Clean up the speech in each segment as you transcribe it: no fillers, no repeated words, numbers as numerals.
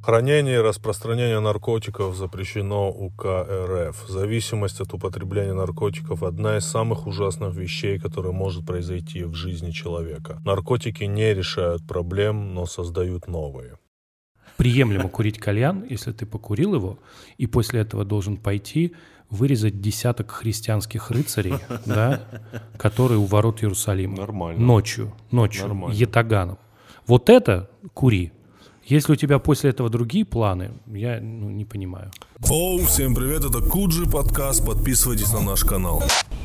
Хранение и распространение наркотиков запрещено УК РФ. Зависимость от употребления наркотиков – одна из самых ужасных вещей, которая может произойти в жизни человека. Наркотики не решают проблем, но создают новые. Приемлемо курить кальян, если ты покурил его, и после этого должен пойти вырезать десяток христианских рыцарей, да, которые у ворот Иерусалима. Нормально. Ночью, Нормально. ятаганом. Вот это кури. Если у тебя после этого другие планы, я не понимаю. Оу, всем привет, это Куджи подкаст, подписывайтесь на наш канал.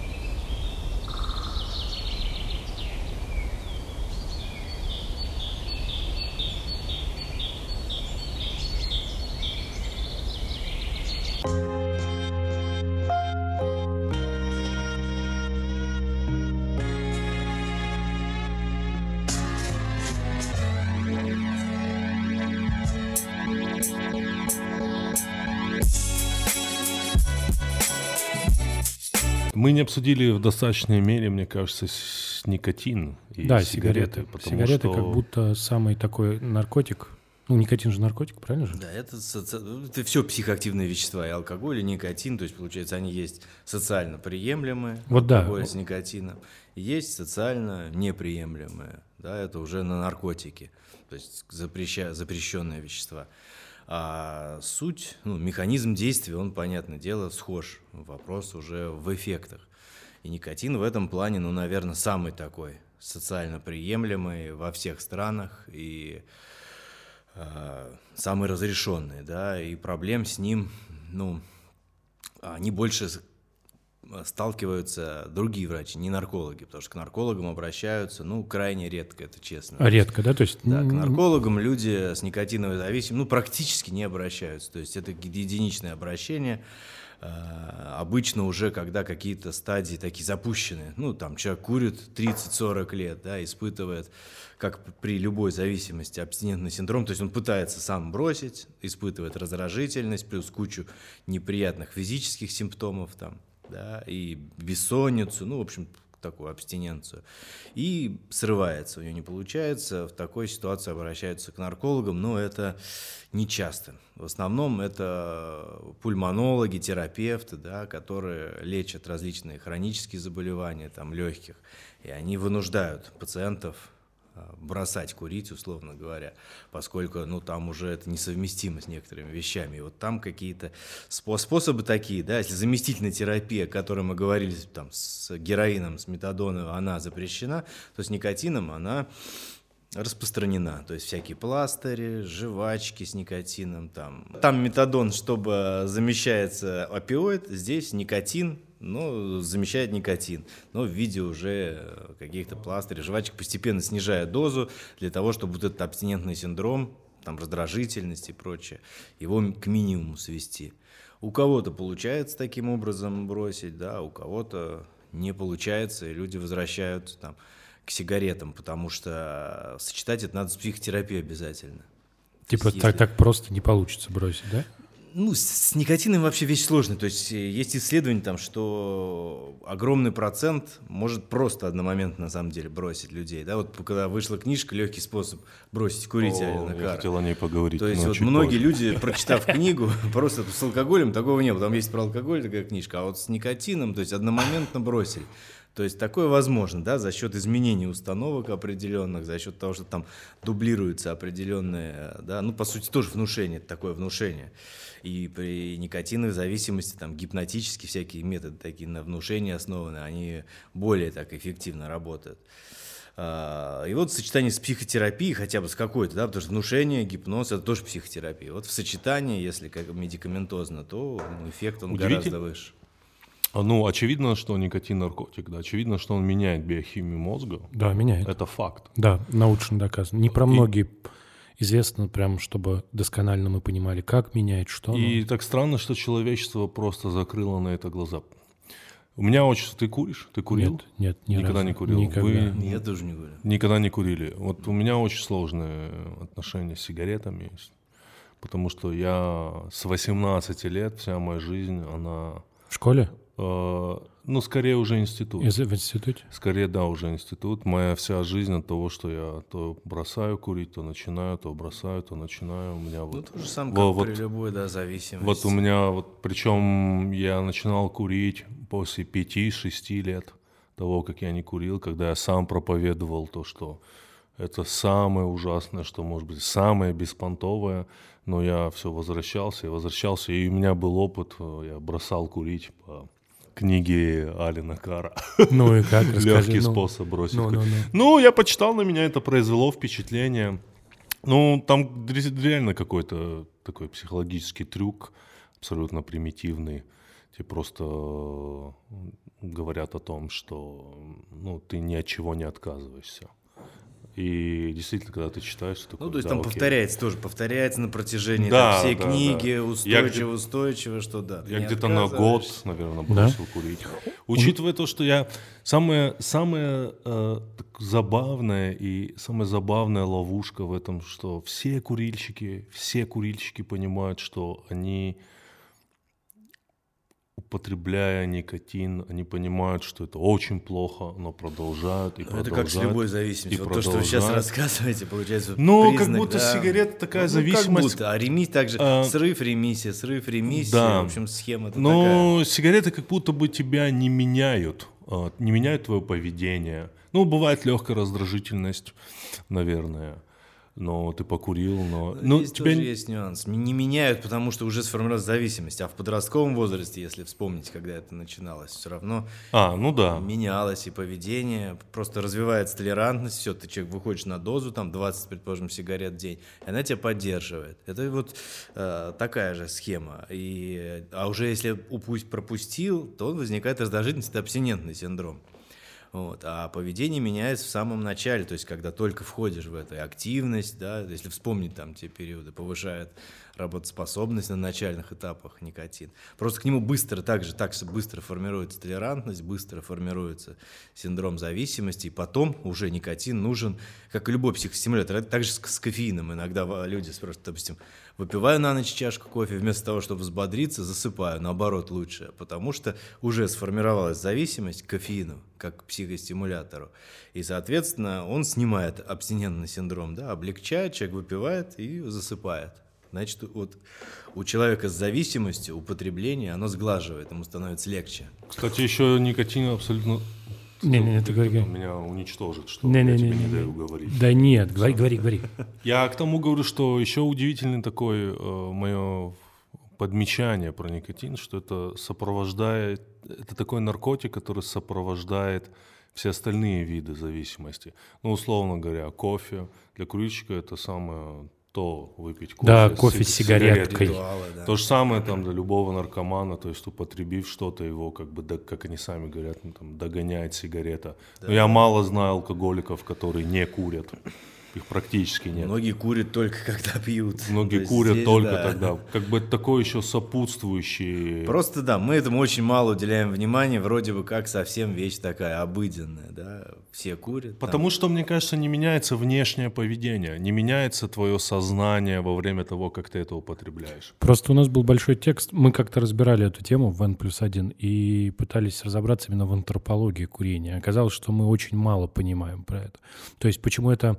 Мы не обсудили в достаточной мере, мне кажется, никотин и Да, сигареты. Сигареты как будто самый такой наркотик. Ну, никотин же наркотик, правильно же? Да, это все психоактивные вещества, и алкоголь, и никотин, то есть, получается, они есть социально приемлемые, Вот да. алкоголь с никотином, и есть социально неприемлемые, да, это уже на наркотики, то есть запрещенные вещества. А суть, механизм действия, он, понятное дело, схож. Вопрос уже в эффектах. И никотин в этом плане, наверное, самый такой социально приемлемый во всех странах и самый разрешенный, да, и проблем с ним, они больше сталкиваются другие врачи, не наркологи, потому что к наркологам обращаются, крайне редко, это честно. Редко, да? То есть... Да, к наркологам люди с никотиновой зависимостью, практически не обращаются, то есть это единичное обращение, обычно уже когда какие-то стадии такие запущенные, человек курит 30-40 лет, да, испытывает, как при любой зависимости, абстинентный синдром, то есть он пытается сам бросить, испытывает раздражительность, плюс кучу неприятных физических симптомов там, да, и бессонницу, в общем, такую абстиненцию, и срывается, у него не получается, в такой ситуации обращаются к наркологам, но это не часто. В основном это пульмонологи, терапевты, да, которые лечат различные хронические заболевания, там, легких, и они вынуждают пациентов бросать курить, условно говоря, поскольку, там уже это несовместимо с некоторыми вещами. И вот там какие-то способы такие, да, если заместительная терапия, о которой мы говорили, там, с героином, с метадоном, она запрещена, то с никотином она распространена. То есть всякие пластыри, жвачки с никотином, там метадон, чтобы замещается опиоид, здесь никотин, замещает никотин, но в виде уже каких-то пластырей, жвачек, постепенно снижая дозу для того, чтобы вот этот абстинентный синдром, там, раздражительность и прочее, его к минимуму свести. У кого-то получается таким образом бросить, да, у кого-то не получается, и люди возвращаются там к сигаретам, потому что сочетать это надо с психотерапией обязательно. Типа так просто не получится бросить, да? С никотином вообще вещь сложная. То есть есть исследования, там, что огромный процент может просто одномоментно на самом деле бросить людей. Да? Вот когда вышла книжка «Легкий способ бросить курить» Алена Карр. Я хотел о ней поговорить. То есть вот многие люди, прочитав книгу, просто с алкоголем такого не было. Там есть про алкоголь такая книжка, а вот с никотином, то есть одномоментно бросили. То есть такое возможно, да, за счет изменений установок определенных, за счет того, что там дублируются определенные, да, по сути тоже внушение, это такое внушение. И при никотиновой зависимости там гипнотические всякие методы такие на внушение основаны, они более так эффективно работают. И вот в сочетании с психотерапией, хотя бы с какой-то, да, потому что внушение, гипноз – это тоже психотерапия. Вот в сочетании, если как медикаментозно, то эффект он гораздо выше. Очевидно, что никотин наркотик, да, очевидно, что он меняет биохимию мозга. Да, меняет. Это факт. Да, научно доказано. Не про многие известно, прям, чтобы досконально мы понимали, как меняет, что. И так странно, что человечество просто закрыло на это глаза. У меня очень... Ты куришь? Ты курил? Нет, никогда не курил. Никогда. Я тоже не курил. Никогда не курили. Вот у меня очень сложные отношения с сигаретами, потому что я с 18 лет, вся моя жизнь, она... В школе? Ну, скорее уже институт. В институте? Скорее, да, уже институт. Моя вся жизнь от того, что я то бросаю курить, то начинаю, то бросаю, то начинаю. У меня вот... то же самое, как при любой, да, зависимости. Вот у меня, вот, причем я начинал курить после 5-6 лет того, как я не курил, когда я сам проповедовал то, что это самое ужасное, что может быть, самое беспонтовое, но я все возвращался, и у меня был опыт, я бросал курить по книге Алена Карра. Ну и как? Расскажи. Легкий способ бросить курить. Ну, я почитал, на меня это произвело впечатление. Ну, там реально какой-то такой психологический трюк, абсолютно примитивный. Тебе просто говорят о том, что ты ни от чего не отказываешься. И действительно, когда ты читаешь, ты такой, то есть да, там окей. повторяется на протяжении всей да, книги, да. устойчиво, что да. Я где-то на год, наверное, бросил курить. Учитывая то, что я... Самая забавная ловушка в этом, что все курильщики понимают, что они, употребляя никотин, они понимают, что это очень плохо, но продолжают и продолжают. Это как с любой зависимостью. Вот то, что вы сейчас рассказываете, получается признак, как будто сигарета такая зависимость. Как будто. А ремиссия также срыв, ремиссия. Да. В общем, схема такая. Но сигареты как будто бы тебя не меняют твое поведение. Ну, бывает легкая раздражительность, наверное. Но ты покурил, но... Здесь тоже есть нюанс. Не меняют, потому что уже сформировалась зависимость. А в подростковом возрасте, если вспомнить, когда это начиналось, все равно менялось и поведение. Просто развивается толерантность. Все, человек выходишь на дозу, там 20, предположим, сигарет в день, и она тебя поддерживает. Это вот такая же схема. А уже если пропустил, то возникает раздражительность, это абстинентный синдром. А поведение меняется в самом начале, то есть когда только входишь в эту активность, да, если вспомнить там те периоды, повышает работоспособность на начальных этапах никотин. Просто к нему так быстро формируется толерантность, быстро формируется синдром зависимости, и потом уже никотин нужен, как и любой психостимулятор. Это также с кофеином. Иногда люди спрашивают, допустим, выпиваю на ночь чашку кофе, вместо того, чтобы взбодриться, засыпаю, наоборот, лучше, потому что уже сформировалась зависимость к кофеину, как к психостимулятору. И, соответственно, он снимает абстинентный синдром, да, облегчает, человек выпивает и засыпает. Значит, вот у человека с зависимостью употребление, оно сглаживает, ему становится легче. Кстати, еще никотин абсолютно... ты говори. Меня уничтожит, что я тебе не даю говорить. Да нет, говори. Я к тому говорю, что еще удивительный такой мое подмечание про никотин, что это сопровождает... Это такой наркотик, который сопровождает все остальные виды зависимости. Ну, условно говоря, кофе. Для курильщика это самое... то выпить кофе, да, кофе с сигареткой. Да. То же самое там для любого наркомана, то есть употребив что-то, его как бы, как они сами говорят, догоняет сигарета. Да. Но я мало знаю алкоголиков, которые не курят. Их практически нет. Многие курят только когда пьют. Многие курят только тогда. Как бы это такой еще сопутствующий... Просто да, мы этому очень мало уделяем внимания, вроде бы как совсем вещь такая обыденная, да, все курят. Потому что, мне кажется, не меняется внешнее поведение, не меняется твое сознание во время того, как ты это употребляешь. Просто у нас был большой текст, мы как-то разбирали эту тему в N+1 и пытались разобраться именно в антропологии курения. Оказалось, что мы очень мало понимаем про это. То есть почему эта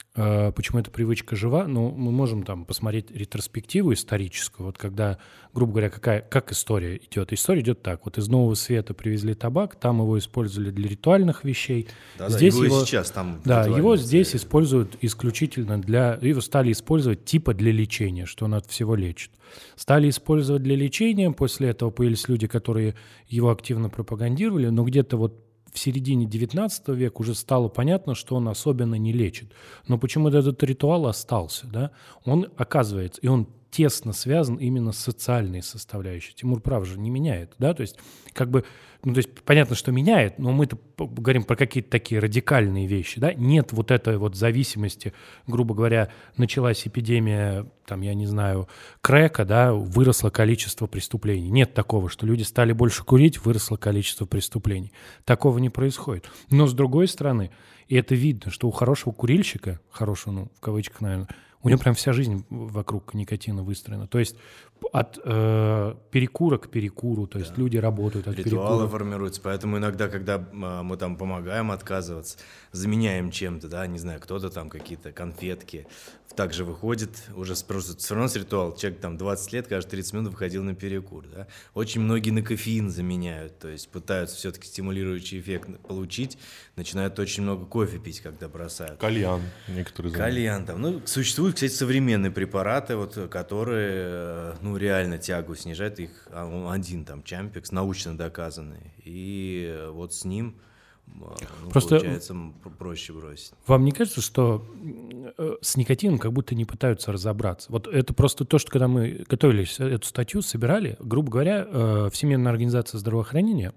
привычка жива? Ну, мы можем там посмотреть ретроспективу историческую, вот когда, грубо говоря, как история идет. История идет так. Вот из Нового Света привезли табак, там его использовали для ритуальных вещей. Здесь его сейчас там... Да, его здесь используют исключительно его стали использовать типа для лечения, что он от всего лечит. Стали использовать для лечения, после этого появились люди, которые его активно пропагандировали, но где-то вот в середине 19 века уже стало понятно, что он особенно не лечит. Но почему-то этот ритуал остался, да? Он оказывается, и он тесно связан именно с социальной составляющей. Тимур прав же, не меняет, да? То есть, понятно, что меняет, но мы-то говорим про какие-то такие радикальные вещи, да? Нет вот этой вот зависимости, грубо говоря, началась эпидемия, там, я не знаю, крэка, да, выросло количество преступлений. Нет такого, что люди стали больше курить, выросло количество преступлений. Такого не происходит. Но с другой стороны, и это видно, что у хорошего курильщика, хорошего, в кавычках, наверное, У него прям вся жизнь вокруг никотина выстроена. То есть от перекура к перекуру, то есть люди работают от Ритуалы перекура. формируются, поэтому иногда, когда мы там помогаем отказываться, заменяем чем-то, да, не знаю, кто-то там какие-то конфетки, также выходит, уже просто все равно с ритуал, человек там 20 лет, каждые 30 минут выходил на перекур, да. Очень многие на кофеин заменяют, то есть пытаются все-таки стимулирующий эффект получить, начинают очень много кофе пить, когда бросают. Кальян некоторые заменяют. Кальян там. Ну, существуют, кстати, современные препараты, вот, которые, ну, реально тягу снижают. Их один там Чампекс, научно доказанный. И вот с ним, Просто получается, проще бросить. вам не кажется, что с никотином как будто не пытаются разобраться? Вот это просто то, что когда мы готовились эту статью, собирали, грубо говоря, Всемирная организация здравоохранения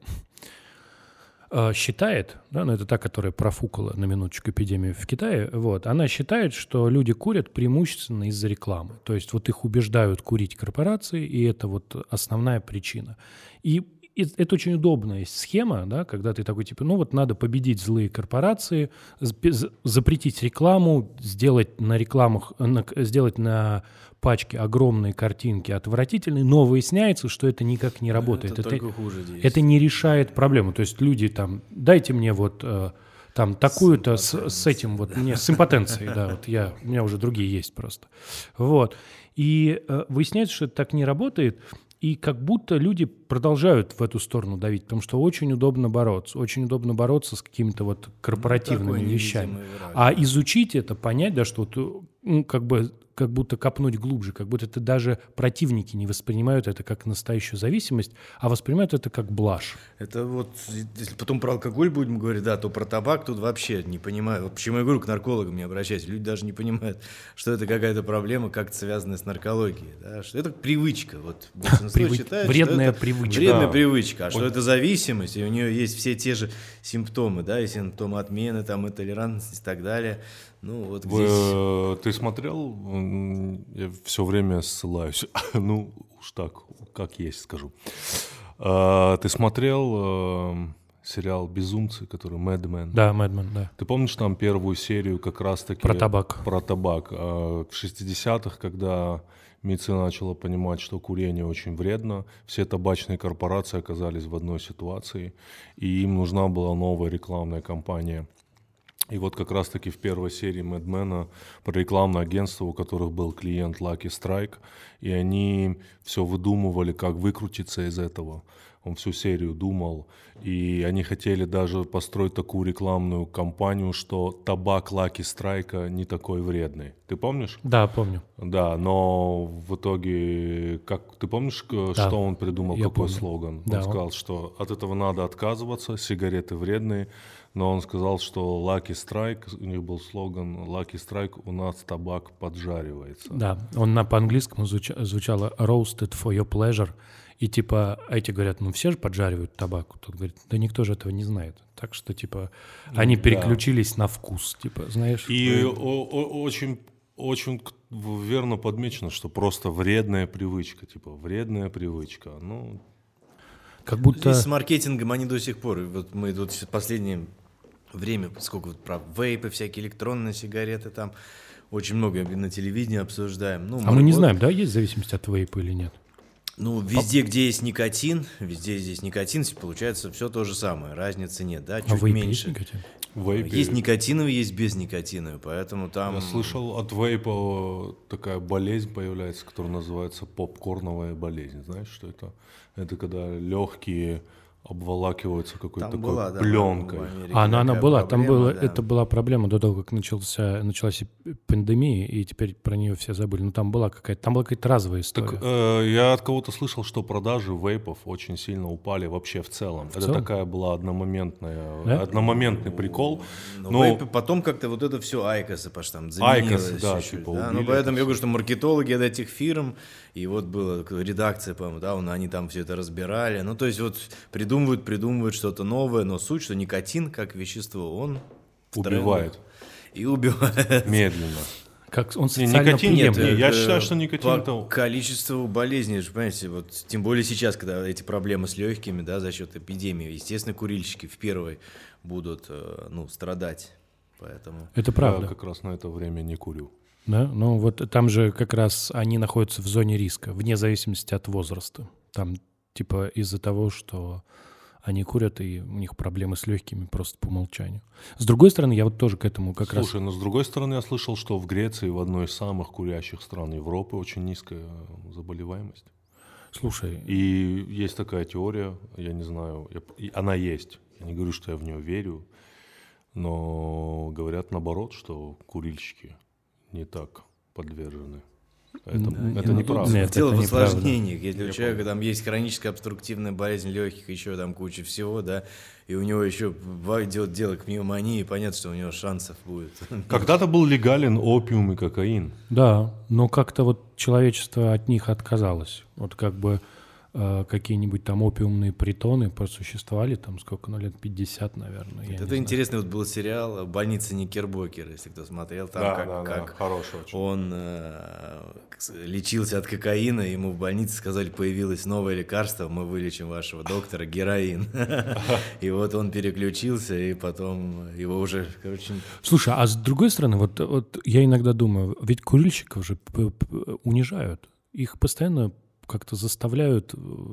считает, да, ну это та, которая профукала на минуточку эпидемию в Китае, вот, она считает, что люди курят преимущественно из-за рекламы. То есть вот их убеждают курить корпорации, и это вот основная причина. И это очень удобная схема, да, когда ты такой, типа, ну вот надо победить злые корпорации, запретить рекламу, сделать на рекламах, сделать на пачке огромные картинки отвратительные, но выясняется, что это никак не работает. Это только хуже действует. Это не решает проблему. То есть люди там, дайте мне вот там такую-то с этим вот, мне с импотенцией, да, вот у меня уже другие есть просто. Вот. И выясняется, что это так не работает. И как будто люди продолжают в эту сторону давить, потому что очень удобно бороться. Очень удобно бороться с какими-то вот корпоративными вещами. А изучить это, понять, да, что вот, ну, как будто копнуть глубже, как будто это даже противники не воспринимают это как настоящую зависимость, а воспринимают это как блажь. Это вот, если потом про алкоголь будем говорить, да, то про табак тут вообще не понимаю. Вот почему я говорю, к наркологам не обращаюсь. Люди даже не понимают, что это какая-то проблема, как-то связанная с наркологией. Да? Что это привычка. Вот большинство считает, вредная что привычка. Это вредная привычка, а что это зависимость, и у нее есть все те же симптомы, да, и симптомы отмены, там, и толерантность и так далее. Ну, вот здесь... Ты смотрел? Я все время ссылаюсь. Ну, уж так, как есть, скажу. Ты смотрел сериал «Безумцы», который «Мэд Мен»? Да, «Мэд Мен», да. Ты помнишь там первую серию как раз-таки... Про табак. Про табак. В 60-х, когда медицина начала понимать, что курение очень вредно, все табачные корпорации оказались в одной ситуации, и им нужна была новая рекламная кампания. И вот как раз-таки в первой серии «Мэд Мена» про рекламное агентство, у которых был клиент Lucky Strike, и они все выдумывали, как выкрутиться из этого. Он всю серию думал, и они хотели даже построить такую рекламную кампанию, что табак Lucky Strike не такой вредный. Ты помнишь? Да, помню. Да, но в итоге, ты помнишь, да, что он придумал, какой помню. слоган? Да, он сказал, что от этого надо отказываться, сигареты вредные, но он сказал, что Lucky Strike, у них был слоган Lucky Strike, у нас табак поджаривается. Да, он по-английскому звучало roasted for your pleasure. И типа, эти говорят, ну все же поджаривают табак. Тот говорит, да никто же этого не знает. Так что, типа, они переключились на вкус, типа, знаешь. И очень, очень верно подмечено, что просто вредная привычка, типа, вредная привычка. Ну, как будто... Здесь с маркетингом они до сих пор, вот мы тут в последнее время, сколько вот про вейпы, всякие электронные сигареты там, очень много на телевидении обсуждаем. Ну, мы не знаем, да, есть зависимость от вейпа или нет? Ну, везде, где есть никотин, получается все то же самое, разницы нет, да, чуть меньше. Есть никотин? Есть никотиновый, есть безникотиновый, поэтому там... Я слышал, от вейпа такая болезнь появляется, которая называется попкорновая болезнь. Знаешь, что это? Это когда легкие обволакиваются какой-то такой была, пленкой. Она была, там была, да. это была проблема до того, как началась пандемия, и теперь про нее все забыли. Но там была какая-то разовая история. Так, я от кого-то слышал, что продажи вейпов очень сильно упали вообще в целом. Это такая была одномоментный прикол. Но вейпы потом как-то вот это все айкосы, потому что там заменилось. Айкосы, да, чуть-чуть, типа да? убили. Ну, поэтому я говорю, что маркетологи от этих фирм, и вот была редакция, по-моему, да, они там все это разбирали. Ну, то есть вот придумывают что-то новое, но суть, что никотин как вещество, он убивает. И убивает. Медленно. Как он социально никотин нет, приемлем. я считаю, что никотин по количеству болезней, понимаете, вот тем более сейчас, когда эти проблемы с легкими, да, за счет эпидемии, естественно, курильщики в первой будут, страдать, поэтому. Это правда. Я как раз на это время не курю. Да? Ну вот там же как раз они находятся в зоне риска, вне зависимости от возраста. Там типа из-за того, что они курят, и у них проблемы с легкими просто по умолчанию. С другой стороны, я вот тоже к этому как раз... Слушай, но с другой стороны, я слышал, что в Греции, в одной из самых курящих стран Европы, очень низкая заболеваемость. Слушай... И есть такая теория, я не знаю, она есть. Я не говорю, что я в нее верю, но говорят наоборот, что курильщики не так подвержены. Это неправда. Нет, Дело это в неправда. осложнениях. Если у человека там есть хроническая обструктивная болезнь легких, еще там куча всего, да, и у него еще идет дело к пневмонии, понятно, что у него шансов будет. Когда-то был легален опиум и кокаин. Да, но как-то вот человечество от них отказалось. Вот как бы какие-нибудь там опиумные притоны просуществовали там сколько, лет 50, наверное. Это интересный вот был сериал «Больница Никербокер», если кто смотрел, там как хороший очень. он лечился от кокаина, ему в больнице сказали, появилось новое лекарство, мы вылечим вашего доктора, героин. И вот он переключился, и потом его уже, короче... Слушай, а с другой стороны, вот я иногда думаю, ведь курильщиков же унижают, их постоянно как-то заставляют,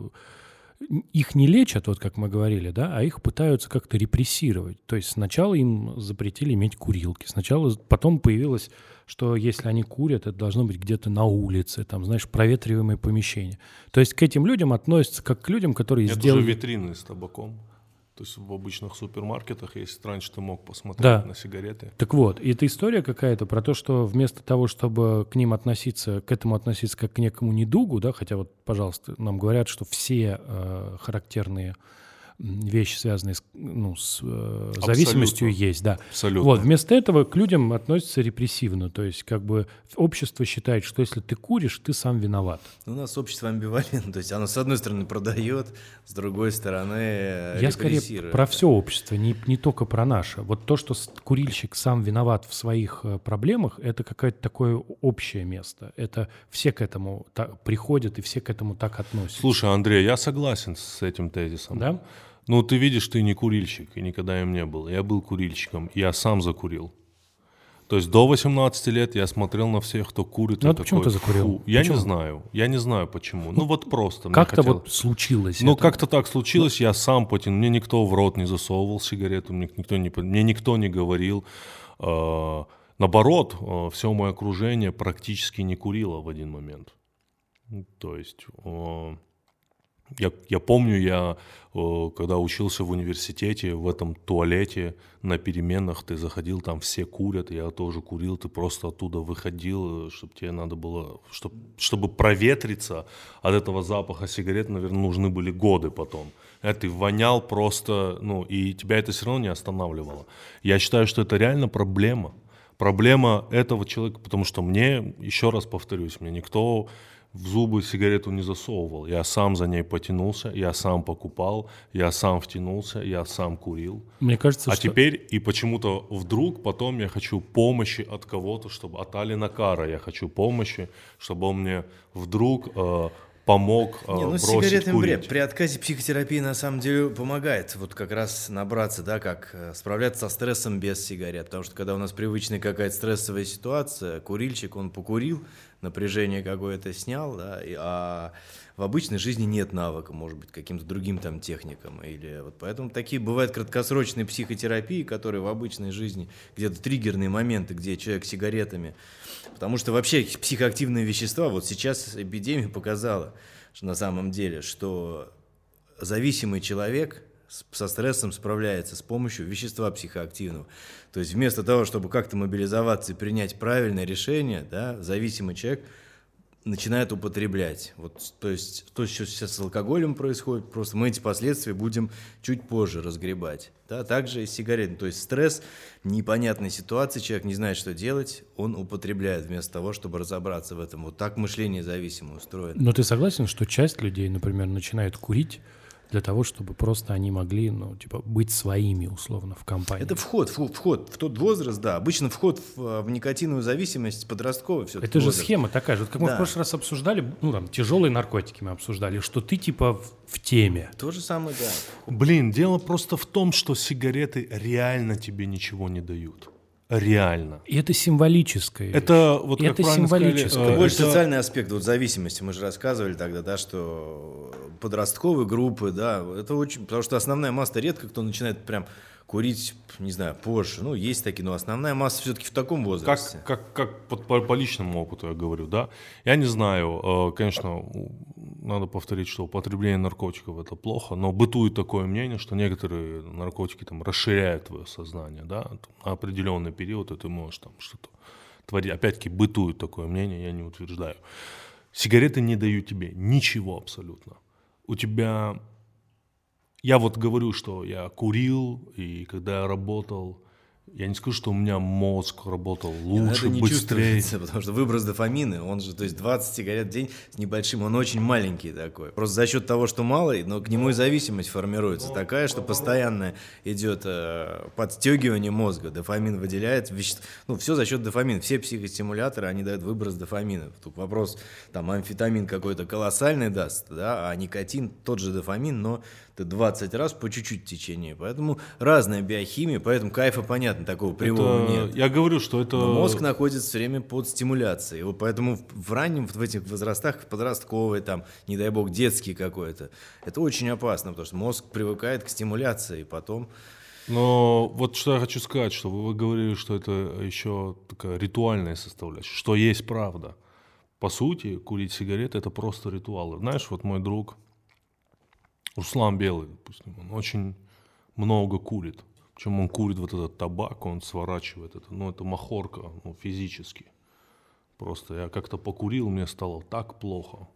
их не лечат, вот как мы говорили, да, а их пытаются как-то репрессировать. То есть сначала им запретили иметь курилки, потом появилось, что если они курят, это должно быть где-то на улице, там, знаешь, проветриваемое помещение. То есть к этим людям относятся как к людям, которые сделали... Это же витрины с табаком. То есть в обычных супермаркетах, если раньше ты мог посмотреть на сигареты. Так вот, и это история какая-то про то, что вместо того, чтобы к этому относиться как к некому недугу, да, хотя вот, пожалуйста, нам говорят, что все характерные вещи, связанные с зависимостью, есть, да. Абсолютно. Вот, вместо этого к людям относятся репрессивно, то есть как бы общество считает, что если ты куришь, ты сам виноват. У нас общество амбивалентно, то есть оно с одной стороны продает, с другой стороны Я скорее про все общество, не только про наше. Вот то, что курильщик сам виноват в своих проблемах, это какое-то такое общее место. Это все к этому приходят и все к этому так относятся. Слушай, Андрей, я согласен с этим тезисом. Да? Ну, ты видишь, ты не курильщик, и никогда им не был. Я был курильщиком, я сам закурил. То есть до 18 лет я смотрел на всех, кто курит. Ну, почему ты закурил? Я не знаю почему. Ну, вот просто. Как-то вот случилось. Ну, как-то так случилось, я сам потянул. Мне никто в рот не засовывал сигарету, мне никто не говорил. Наоборот, все мое окружение практически не курило в один момент. То есть... Я помню, когда учился в университете, в этом туалете на переменах ты заходил, там все курят, я тоже курил, ты просто оттуда выходил, чтобы тебе надо было, чтобы проветриться от этого запаха сигарет, наверное, нужны были годы потом. Ты вонял просто, и тебя это все равно не останавливало. Я считаю, что это реально проблема. Проблема этого человека, потому что мне, еще раз повторюсь, мне никто... в зубы сигарету не засовывал. Я сам за ней потянулся, я сам покупал, я сам втянулся, я сам курил. Мне кажется, что... теперь и почему-то вдруг потом я хочу помощи от кого-то, чтобы от Алина Кара я хочу помощи, чтобы он мне вдруг помог бросить курить. При отказе психотерапии на самом деле помогает вот как раз набраться, да, как справляться со стрессом без сигарет. Потому что когда у нас привычная какая-то стрессовая ситуация, курильщик, он покурил, напряжение какое-то снял, да, а в обычной жизни нет навыка, может быть, каким-то другим там техникам. Или вот поэтому такие бывают краткосрочные психотерапии, которые в обычной жизни где-то триггерные моменты, где человек с сигаретами. Потому что вообще психоактивные вещества, вот сейчас эпидемия показала, что на самом деле, что зависимый человек со стрессом справляется с помощью вещества психоактивного. То есть вместо того, чтобы как-то мобилизоваться и принять правильное решение, да, зависимый человек начинает употреблять. Вот, то есть то, что сейчас с алкоголем происходит, просто мы эти последствия будем чуть позже разгребать. Да, также и с сигаретами. То есть стресс, непонятная ситуация, человек не знает, что делать, он употребляет вместо того, чтобы разобраться в этом. Вот так мышление зависимое устроено. Но ты согласен, что часть людей, например, начинает курить для того, чтобы просто они могли, быть своими, условно, в компании? Это вход в тот возраст, да. Обычно вход в никотиновую зависимость подростковый все-таки. Это же схема такая же. Вот как мы в прошлый раз обсуждали, тяжелые наркотики мы обсуждали, что ты в теме. То же самое, да. Блин, дело просто в том, что сигареты реально тебе ничего не дают. реально. И это символическое. Это вот это как правильно символическое. сказали, Больше это- социальный аспект вот зависимости. Мы же рассказывали тогда, да, что подростковые группы, да, это очень... Потому что основная масса, редко кто начинает прям курить, не знаю, позже. Ну, есть такие, но основная масса все-таки в таком возрасте. Как по личному опыту я говорю, да. Я не знаю, конечно, надо повторить, что употребление наркотиков это плохо, но бытует такое мнение, что некоторые наркотики там расширяют твое сознание, да, там, на определенный период, и ты можешь там что-то творить. Опять-таки бытует такое мнение, я не утверждаю. Сигареты не дают тебе ничего абсолютно. У тебя... Я вот говорю, что я курил, и когда я работал, я не скажу, что у меня мозг работал лучше, это не быстрее. чувствуется, потому что выброс дофамина, он же, то есть 20 сигарет в день с небольшим, он очень маленький такой. Просто за счет того, что мало, но к нему и зависимость формируется такая, что постоянно идет подстегивание мозга, дофамин выделяет вещество. Ну, все за счет дофамина. Все психостимуляторы, они дают выброс дофамина. Тут вопрос, там, амфетамин какой-то колоссальный даст, да, а никотин тот же дофамин, но ты 20 раз по чуть-чуть в течение. Поэтому разная биохимия, поэтому кайфа, понятно, такого привода нет. Я говорю, что это... Но мозг находится все время под стимуляцией. Вот поэтому в раннем, в этих возрастах, подростковый, там, не дай бог, детский какой-то, это очень опасно, потому что мозг привыкает к стимуляции, и потом... Но вот что я хочу сказать, что вы говорили, что это еще такая ритуальная составляющая, что есть правда. По сути, курить сигареты – это просто ритуалы. Знаешь, вот мой друг Руслан Белый, допустим, он очень много курит. Причем он курит вот этот табак, он сворачивает это. Ну, это махорка, ну, физически. Просто я как-то покурил, мне стало так плохо.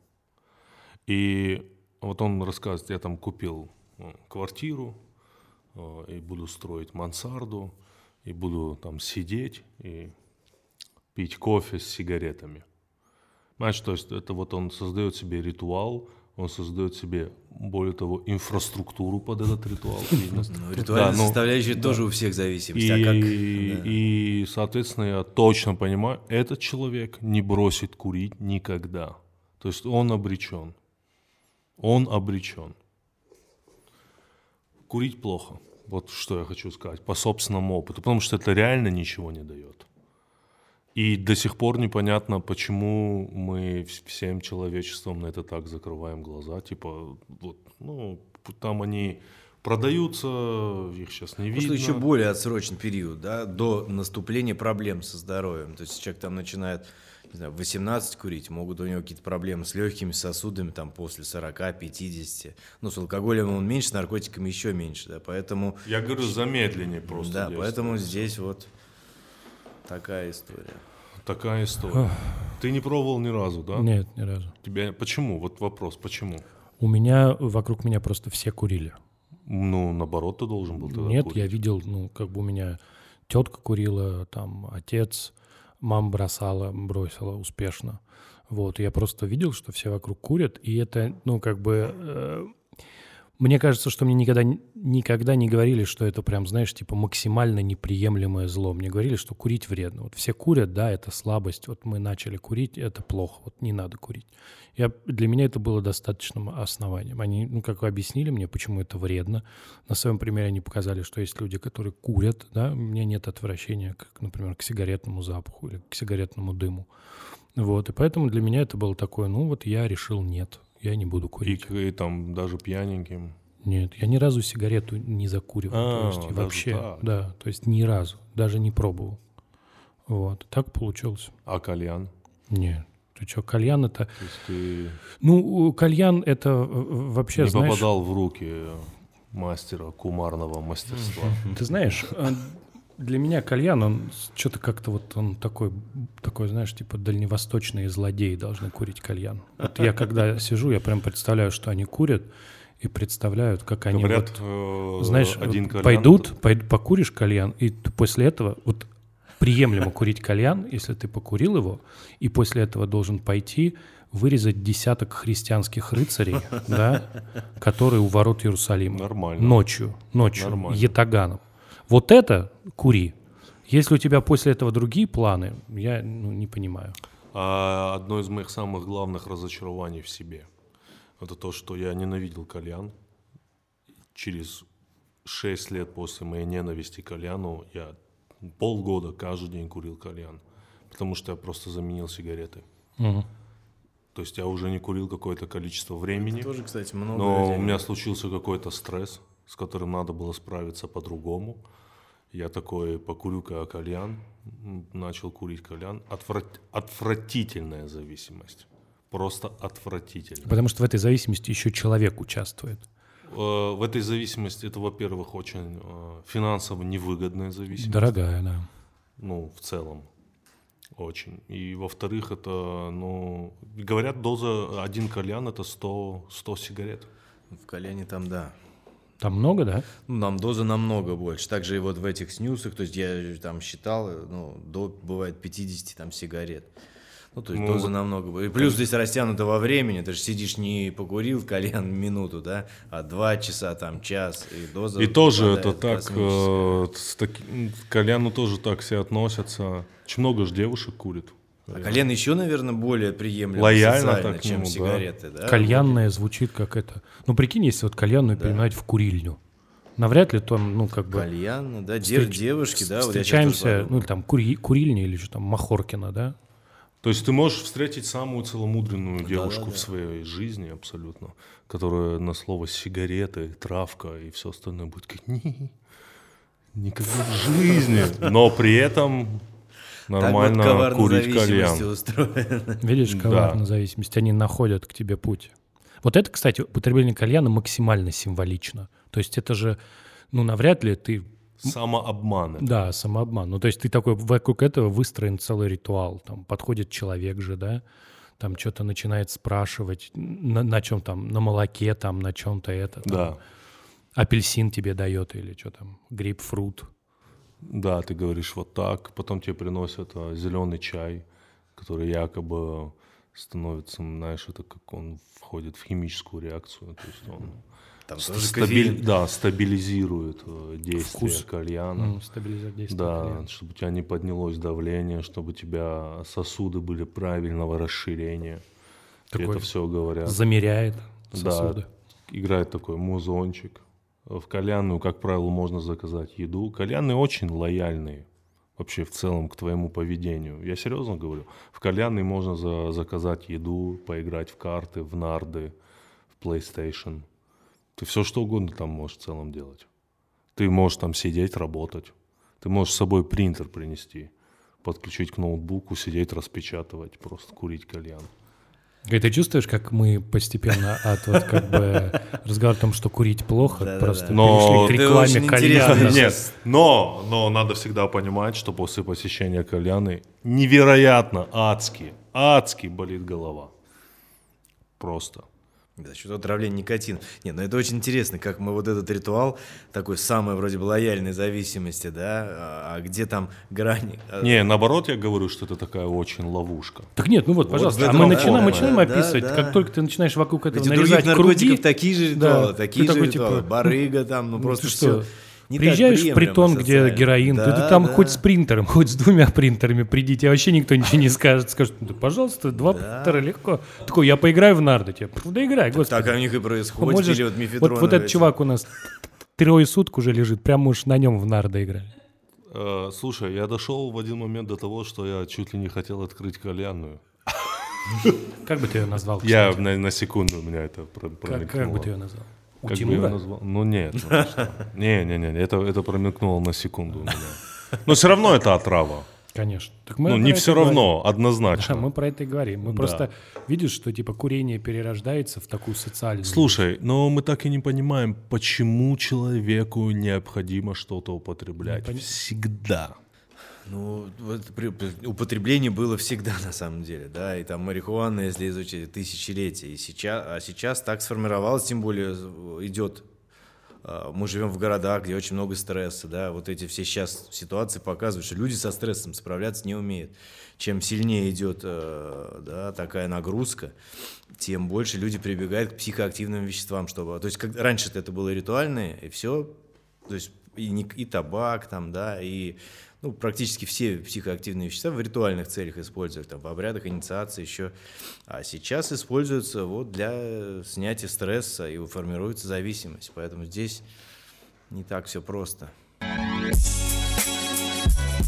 И вот он рассказывает, я там купил квартиру, и буду строить мансарду, и буду там сидеть и пить кофе с сигаретами. Понимаешь, то есть это вот он создает себе ритуал, он создает себе, более того, инфраструктуру под этот ритуал. Ритуальная составляющая тоже у всех зависимость. И, соответственно, я точно понимаю, этот человек не бросит курить никогда. То есть он обречен. Он обречен. Курить плохо. Вот что я хочу сказать по собственному опыту. Потому что это реально ничего не дает. И до сих пор непонятно, почему мы всем человечеством на это так закрываем глаза. Типа, вот, ну, там они продаются, их сейчас не видно. Просто еще более отсрочен период, да, до наступления проблем со здоровьем. То есть человек там начинает, не знаю, в 18 курить, могут у него какие-то проблемы с легкими сосудами там после 40-50. Ну, с алкоголем он меньше, с наркотиками еще меньше, да, поэтому... Я говорю, замедленнее просто. Да, поэтому здесь вот такая история. Такая история. Ты не пробовал ни разу, да? Нет, ни разу. Тебя... Почему? Вот вопрос, почему? Вокруг меня просто все курили. Ну, наоборот, ты должен был тогда Нет, курить. я видел, ну, как бы у меня тетка курила, там, отец, мама бросила успешно. Вот, я просто видел, что все вокруг курят, и это, ну, как бы... Мне кажется, что мне никогда не говорили, что это прям, знаешь, типа максимально неприемлемое зло. Мне говорили, что курить вредно. Вот все курят, да, это слабость. Вот мы начали курить, это плохо, вот не надо курить. Для меня это было достаточным основанием. Они, ну, как объяснили мне, почему это вредно. На своем примере они показали, что есть люди, которые курят, да, у меня нет отвращения, как, например, к сигаретному запаху или к сигаретному дыму. Вот, и поэтому для меня это было такое, ну, вот я решил нет. Я не буду курить. И там даже пьяненьким? Нет, я ни разу сигарету не закуривал. То есть вообще, так. да, то есть ни разу, даже не пробовал. Вот, так получилось. А кальян? Нет, ты что, кальян это... То есть ты Ну, кальян это вообще, не знаешь... попадал в руки мастера кумарного мастерства? Ты знаешь, для меня кальян, он что-то как-то вот он такой, знаешь, типа дальневосточные злодеи должны курить кальян. Вот я когда сижу, я прям представляю, что они курят, и представляют, как они Говорят, вот, знаешь, один вот кальян пойдут, покуришь кальян, и ты после этого вот приемлемо курить кальян, если ты покурил его, и после этого должен пойти вырезать десяток христианских рыцарей, да, которые у ворот Иерусалима. Нормально. Ночью, Нормально. ятаганом. Вот это кури. Если у тебя после этого другие планы, я не понимаю. Одно из моих самых главных разочарований в себе — это то, что я ненавидел кальян. Через 6 лет после моей ненависти к кальяну я полгода каждый день курил кальян, потому что я просто заменил сигареты. Мгм. То есть я уже не курил какое-то количество времени, Тоже, кстати, много но людей. у меня случился какой-то стресс, с которым надо было справиться по-другому. Я такой, покурю-ка кальян, начал курить кальян. Отвратительная зависимость, просто отвратительная. Потому что в этой зависимости еще человек участвует. В этой зависимости это, во-первых, очень финансово невыгодная зависимость. Дорогая, да. Ну, в целом, очень. И, во-вторых, это, ну, говорят, доза, один кальян — это 100 сигарет. В кальяне там, да. Там много, да? Ну, нам доза намного больше. Также и вот в этих снюсах, то есть я там считал, ну, бывает 50 там сигарет. Ну, то есть Ну, доза намного больше. И плюс здесь растянуто во времени, ты же сидишь, не покурил кальян минуту, да, а 2 часа, там, час, и доза И тоже это попадает так, космическая. к кальяну тоже так все относятся. Очень много же девушек курит. А кальян еще, наверное, более приемлем Лояльно социально, так к чем нему, да. сигареты, да? Кальянная звучит как это. Ну, прикинь, если вот кальянную переименовать в курильню. Навряд ли там, ну, как бы... Кальян, да, встреч- девушки, да, вот я щас тоже Встречаемся, подумал. ну, или там курильня, или что там, Махоркина, да? То есть ты можешь встретить самую целомудренную девушку в своей жизни абсолютно, которая на слово сигареты, травка и все остальное будет как никогда в жизни. Но при этом нормально так вот курить коварно кальян. устроено. Видишь, Да. коварная зависимость, они находят к тебе путь. Вот это, кстати, употребление кальяна максимально символично. То есть это же, ну, навряд ли ты... Самообман. это. Да, самообман. Ну, то есть ты такой, вокруг этого выстроен целый ритуал. Там подходит человек же, да, там что-то начинает спрашивать, на чем там, на молоке там, на чем-то это. Там, Да. апельсин тебе дает или что там, грейпфрут. Да, ты говоришь вот так, потом тебе приносят зеленый чай, который якобы становится, знаешь, это как он входит в химическую реакцию, то есть он Там тоже кофеин. стабилизирует действие Вкус. кальяна. Стабилизация действия Да, кальяна. чтобы у тебя не поднялось давление, чтобы у тебя сосуды были правильного расширения. И Такой это все говорят. Замеряет Да, сосуды. играет такой музончик. В кальянную, как правило, можно заказать еду. Кальянные очень лояльные вообще в целом к твоему поведению. Я серьезно говорю. В кальянной можно заказать еду, поиграть в карты, в нарды, в PlayStation. Ты все что угодно там можешь в целом делать. Ты можешь там сидеть, работать. Ты можешь с собой принтер принести, подключить к ноутбуку, сидеть, распечатывать, просто курить кальян. И ты чувствуешь, как мы постепенно от вот как бы разговора о том, что курить плохо, Да-да-да. просто Но перешли к это рекламе очень кальяна. интересно. Нет, но надо всегда понимать, что после посещения кальяны невероятно адски болит голова. Просто. За счет отравления никотином. Нет, ну это очень интересно, как мы вот этот ритуал такой самой вроде бы лояльной зависимости, да, а где там грани? Не, наоборот, я говорю, что это такая очень ловушка. Так нет, ну вот, Вот пожалуйста, в а этом мы форма. начинаем Да, описывать, да. как только ты начинаешь вокруг этого Ведь у других нарезать наркотиков круги, такие же ритуалы, да, такие ты же такой, ритуалы. типа, Барыга там, ну ну просто ты все. что, приезжаешь в притон, где героин, ты там хоть с принтером, хоть с 2 принтерами придите, вообще никто ничего не скажет. Скажет, да, пожалуйста, 2 принтера легко. Такой, я поиграю в нарды. Тебе, да играй, господи. Так у них и происходит. Можешь- Или вот мифедроновые вот этот эти. чувак у нас 3 суток уже лежит, прям можешь на нем в нарды играть. Слушай, я дошел в один момент до того, что я чуть ли не хотел открыть кальянную. Как бы ты ее назвал? Я кстати? на секунду у меня это Как бы промелькнуло. ты ее назвал? У Как бы я Тимура? назвал? Ну нет. Ну, ты что? Не, это промелькнуло на секунду у меня. Но все равно это отрава. Конечно. Так мы Ну про не это все и говорим. равно, Да, однозначно. мы про это и говорим. Мы Да. просто видишь, что типа курение перерождается в такую социальную. Слушай, но мы так и не понимаем, почему человеку необходимо что-то употреблять. Всегда. Ну, вот употребление было всегда на самом деле, да, и там марихуана, если изучить, тысячелетия, и сейчас так сформировалось, тем более идет, мы живем в городах, где очень много стресса, да, вот эти все сейчас ситуации показывают, что люди со стрессом справляться не умеют. Чем сильнее идет, да, такая нагрузка, тем больше люди прибегают к психоактивным веществам, чтобы, то есть как, раньше это было ритуальное, и все, то есть и табак там, да, и ну, практически все психоактивные вещества в ритуальных целях используют, там, в обрядах инициации еще. А сейчас используются вот для снятия стресса и формируется зависимость. Поэтому здесь не так все просто.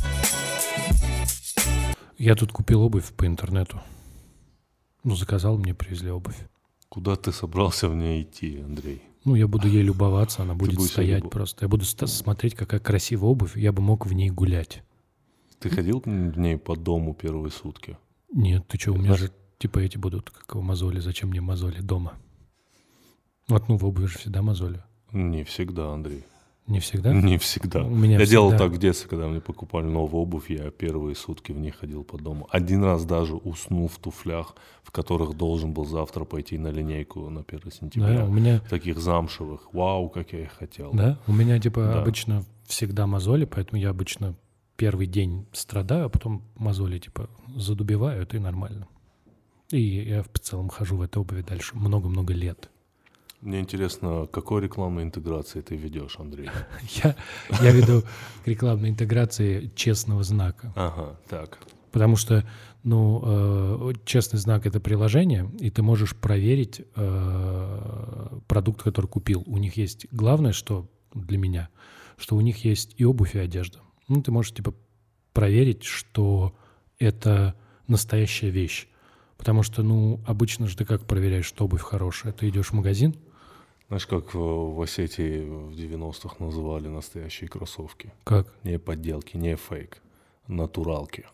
Я тут купил обувь по интернету. Ну, заказал, мне привезли обувь. Куда ты собрался в ней идти, Андрей? Ну, я буду ей любоваться, она будет будешь стоять просто. Я буду смотреть, какая красивая обувь, я бы мог в ней гулять. Ты ходил в ней по дому первые сутки? Нет, ты что, у меня же типа эти будут, как мозоли. Зачем мне мозоли дома? Вот, ну, в обуви же всегда мозоли. Не всегда, Андрей. Не всегда? Не всегда. У меня я делал всегда. так в детстве, когда мне покупали новую обувь, я первые сутки в ней ходил по дому. Один раз даже уснул в туфлях, в которых должен был завтра пойти на линейку на 1 сентября. Да, у меня... Таких замшевых. Вау, как я их хотел. Да, у меня типа Да. обычно всегда мозоли, поэтому я обычно первый день страдаю, а потом мозоли типа задубевают, и нормально. И я в целом хожу в этой обуви дальше много-много лет. Мне интересно, какой рекламной интеграции ты ведешь, Андрей? Я веду к рекламной интеграции честного знака. Ага, так. Потому что, ну, честный знак — это приложение, и ты можешь проверить продукт, который купил. У них есть главное, что для меня, что у них есть и обувь, и одежда. Ну, ты можешь, типа, проверить, что это настоящая вещь. Потому что, ну, обычно же ты как проверяешь, что обувь хорошая? Ты идешь в магазин. Знаешь, как в Осетии в 90-х называли настоящие кроссовки? Как? Не подделки, не фейк. Натуралки.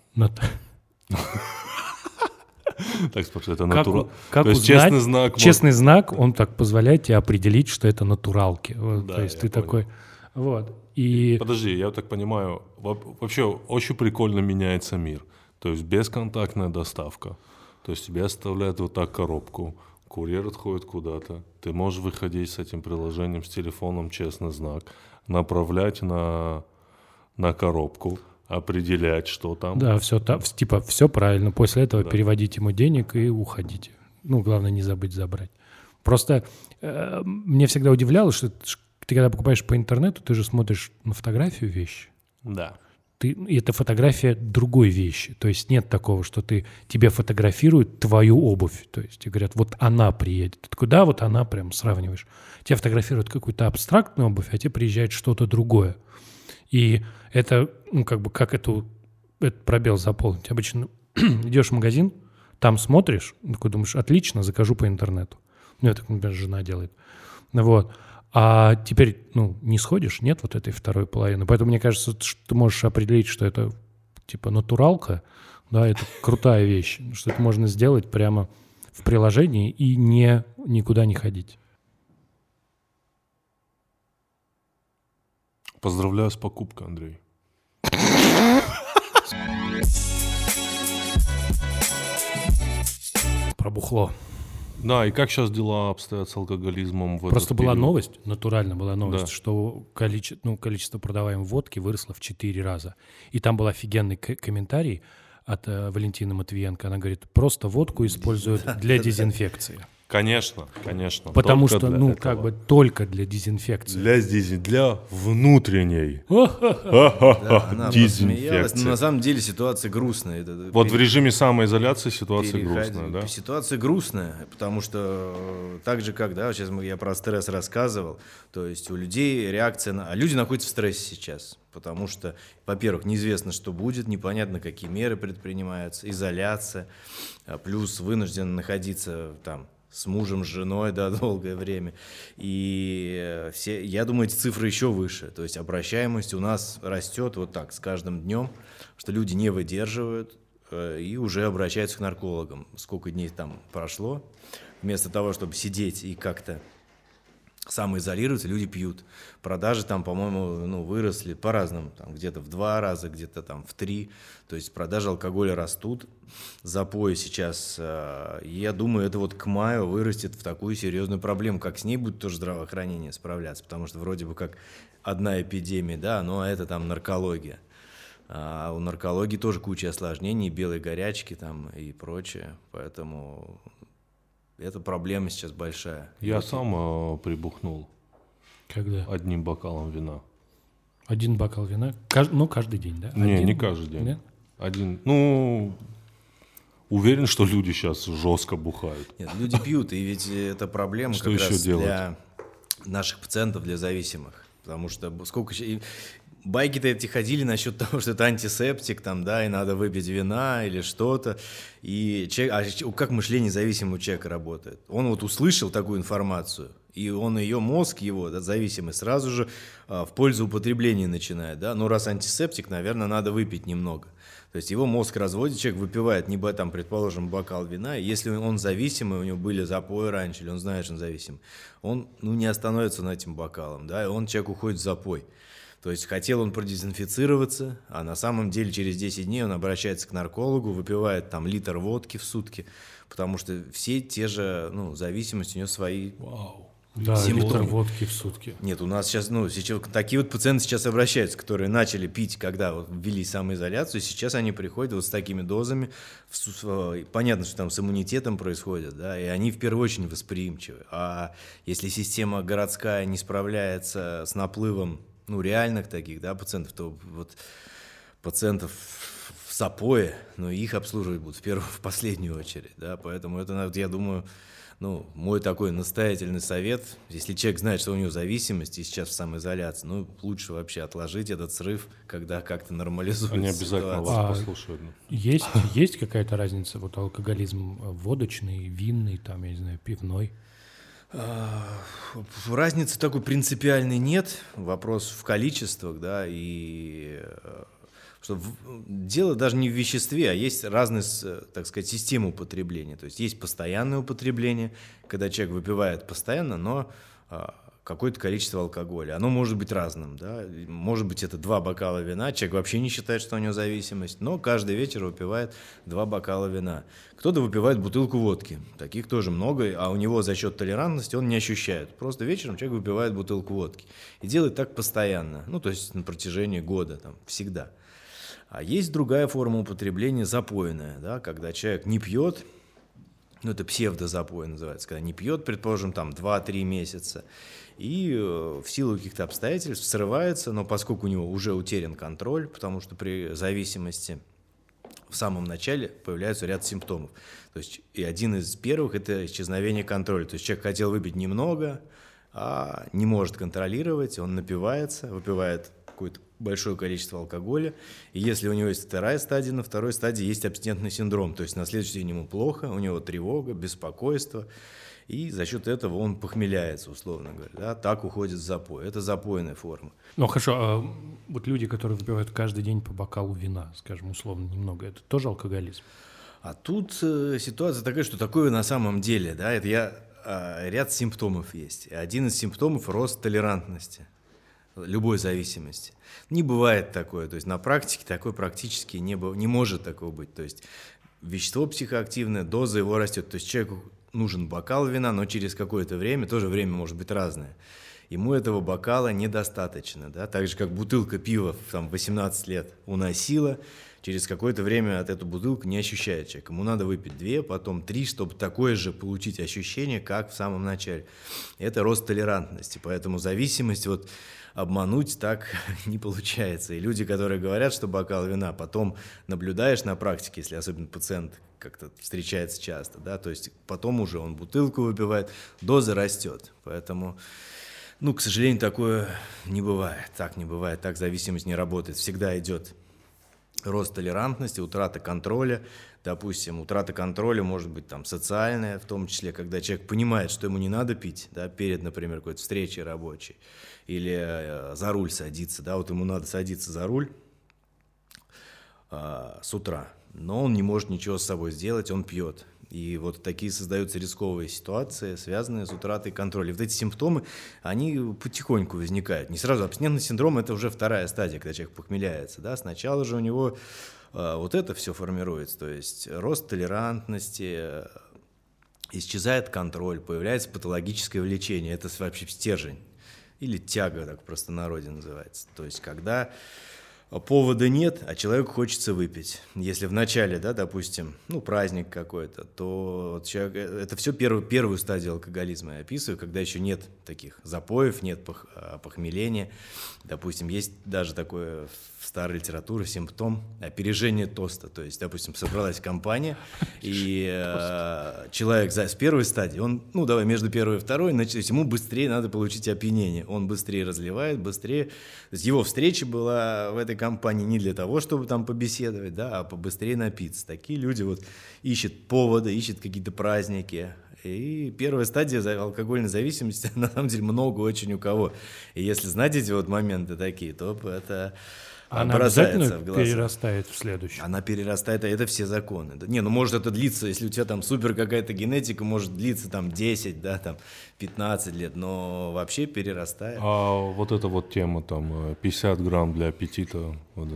Так спрашиваю, это натурал. Как То есть узнать? честный знак... Честный знак, он так позволяет тебе определить, что это натуралки. Вот, Да, то есть я ты понял. такой... Вот. И... Подожди, я так понимаю, вообще очень прикольно меняется мир. То есть бесконтактная доставка. То есть тебе оставляют вот так коробку, курьер отходит куда-то, ты можешь выходить с этим приложением, с телефоном «Честный знак», направлять на коробку, определять, что там. Да, все, типа, все правильно. После этого переводить ему денег и уходите. Ну, главное, не забыть забрать. Просто мне всегда удивляло, что ты когда покупаешь по интернету, ты же смотришь на фотографию вещи. Да. И это фотография другой вещи. То есть нет такого, что тебе фотографируют твою обувь. То есть тебе говорят, вот она приедет. Ты такой, да, вот она, прям сравниваешь. Тебя фотографируют какую-то абстрактную обувь, а тебе приезжает что-то другое. И это, ну, как бы, как этот пробел заполнить? Обычно идешь в магазин, там смотришь, такой думаешь, отлично, закажу по интернету. Ну, это, например, жена делает. Вот. А теперь, ну, не сходишь, нет вот этой второй половины. Поэтому мне кажется, что ты можешь определить, что это типа натуралка, да, это крутая вещь, что это можно сделать прямо в приложении и никуда не ходить. Поздравляю с покупкой, Андрей. Про бухло. Да, и как сейчас дела обстоят с алкоголизмом в этот Просто была период? новость, натурально была новость, Да. что количество продаваемой водки выросло в 4 раза. И там был офигенный комментарий от Валентины Матвиенко. Она говорит, просто водку используют для дезинфекции. Конечно, конечно. Потому только что, для ну, этого. как бы только для дезинфекции. Для внутренней Она посмеялась, но дезинфекции. на самом деле ситуация грустная. Вот в режиме самоизоляции ситуация грустная, да? Ситуация грустная, потому что так же, как, да, сейчас я про стресс рассказывал, то есть у людей реакция на... А люди находятся в стрессе сейчас, потому что, во-первых, неизвестно, что будет, непонятно, какие меры предпринимаются, изоляция, плюс вынужден находиться там с мужем, с женой, да, долгое время. И я думаю, эти цифры еще выше. То есть обращаемость у нас растет вот так с каждым днем, что люди не выдерживают и уже обращаются к наркологам. Сколько дней там прошло, вместо того, чтобы сидеть и как-то самоизолироваться, люди пьют. Продажи там, по-моему, выросли по-разному. Там, где-то в 2 раза, где-то там в 3. То есть продажи алкоголя растут. Запои сейчас, я думаю, это вот к маю вырастет в такую серьезную проблему. Как с ней будет тоже здравоохранение справляться. Потому что вроде бы как одна эпидемия, да, но это там наркология. А у наркологии тоже куча осложнений, белой горячки там и прочее. Поэтому... Это проблема сейчас большая. Я сам прибухнул Когда? одним бокалом вина. 1 бокал вина? Каждый день, да? Не каждый день. Нет? Один. Уверен, что люди сейчас жестко бухают. Нет, люди пьют, и ведь это проблема Что как еще раз делать? для наших пациентов, для зависимых. Потому что сколько... байки-то эти ходили насчет того, что это антисептик, там, да, и надо выпить вина или что-то. И как мышление зависимого человека работает? Он вот услышал такую информацию, и он ее, мозг его, да, зависимый, сразу же в пользу употребления начинает, да. Ну, раз антисептик, наверное, надо выпить немного. То есть его мозг разводит, человек выпивает, там, предположим, бокал вина, и если он зависимый, у него были запои раньше, или он знает, что он зависим, он не остановится над этим бокалом, да, и человек уходит в запой. То есть хотел он продезинфицироваться, а на самом деле через 10 дней он обращается к наркологу, выпивает там литр водки в сутки, потому что все те же, зависимости у него свои. Вау. Да, симптомы. Литр водки в сутки. Нет, у нас сейчас, такие вот пациенты сейчас обращаются, которые начали пить, когда ввели самоизоляцию, сейчас они приходят вот с такими дозами, понятно, что там с иммунитетом происходит, да, и они в первую очередь восприимчивы. А если система городская не справляется с наплывом, реальных таких, да, пациентов, то вот пациентов в запое, их обслуживать будут в последнюю очередь, да, поэтому это, я думаю, мой такой настоятельный совет, если человек знает, что у него зависимость и сейчас в самоизоляции, лучше вообще отложить этот срыв, когда как-то нормализуется. Они обязательно вас послушают. Есть какая-то разница, алкоголизм водочный, винный, там, я не знаю, пивной? Разницы такой принципиальной нет, вопрос в количествах, да, и что дело даже не в веществе, а есть разные, так сказать, системы употребления. То есть постоянное употребление, когда человек выпивает постоянно, но какое-то количество алкоголя. Оно может быть разным, да. Может быть, это 2 бокала вина, человек вообще не считает, что у него зависимость, но каждый вечер выпивает 2 бокала вина. Кто-то выпивает бутылку водки, таких тоже много, а у него за счет толерантности он не ощущает. Просто вечером человек выпивает бутылку водки и делает так постоянно, то есть на протяжении года, там, всегда. А есть другая форма употребления, запойная, да, когда человек не пьет, это псевдозапой называется, когда не пьет, предположим, там 2-3 месяца, и в силу каких-то обстоятельств срывается, но поскольку у него уже утерян контроль, потому что при зависимости в самом начале появляется ряд симптомов. То есть и один из первых – это исчезновение контроля. То есть человек хотел выпить немного, а не может контролировать, он напивается, выпивает какое-то большое количество алкоголя, и если у него есть вторая стадия, на второй стадии есть абстинентный синдром, то есть на следующий день ему плохо, у него тревога, беспокойство, и за счет этого он похмеляется, условно говоря, да, так уходит в запой. Это запойная форма. Хорошо, а вот люди, которые выпивают каждый день по бокалу вина, скажем, условно, немного, это тоже алкоголизм? А тут ситуация такая, что такое на самом деле, да, это ряд симптомов есть. Один из симптомов – рост толерантности любой зависимости. Не бывает такое, то есть на практике такое практически не может такого быть. То есть вещество психоактивное, доза его растет. То есть человеку нужен бокал вина, но через какое-то время, тоже время может быть разное, ему этого бокала недостаточно. Да? Так же, как бутылка пива в 18 лет уносила, через какое-то время от эту бутылку не ощущает человек. Ему надо выпить 2, потом 3, чтобы такое же получить ощущение, как в самом начале. Это рост толерантности, поэтому зависимость обмануть так не получается. И люди, которые говорят, что бокал вина, потом наблюдаешь на практике, если особенно пациент как-то встречается часто, да, то есть потом уже он бутылку выпивает, доза растет. Поэтому, к сожалению, такое не бывает. Так не бывает, так зависимость не работает. Всегда идет рост толерантности, утрата контроля. Допустим, утрата контроля может быть социальная, в том числе, когда человек понимает, что ему не надо пить, да, перед, например, какой-то встречей рабочей, или за руль садиться, да, ему надо садиться за руль с утра, но он не может ничего с собой сделать, он пьет. И такие создаются рисковые ситуации, связанные с утратой контроля. И эти симптомы, они потихоньку возникают. Не сразу. Абстинентный синдром – это уже вторая стадия, когда человек похмеляется. Да? Сначала же у него это все формируется. То есть рост толерантности, исчезает контроль, появляется патологическое влечение. Это вообще стержень. Или тяга, так в простонародье называется. То есть когда повода нет, а человеку хочется выпить. Если в начале, да, допустим, праздник какой-то, то вот человек, это все первую стадию алкоголизма я описываю, когда еще нет таких запоев, нет похмеления. Допустим, есть даже такое в старой литературе симптом опережения тоста. То есть, допустим, собралась компания, и человек с первой стадии, он, давай между первой и второй, значит, ему быстрее надо получить опьянение. Он быстрее разливает, быстрее. То есть его встреча была в этой компании не для того, чтобы там побеседовать, да, а побыстрее напиться. Такие люди вот ищут поводы, ищут какие-то праздники. И первая стадия алкогольной зависимости, на самом деле, много очень у кого. И если знать эти вот моменты такие, то это бросается в глаза. Она перерастает в следующее. Она перерастает, а это все законы. Может это длиться, если у тебя там супер какая-то генетика, может длиться там 10, да, там 15 лет, но вообще перерастает. А вот эта вот тема, там, 50 грамм для аппетита, вот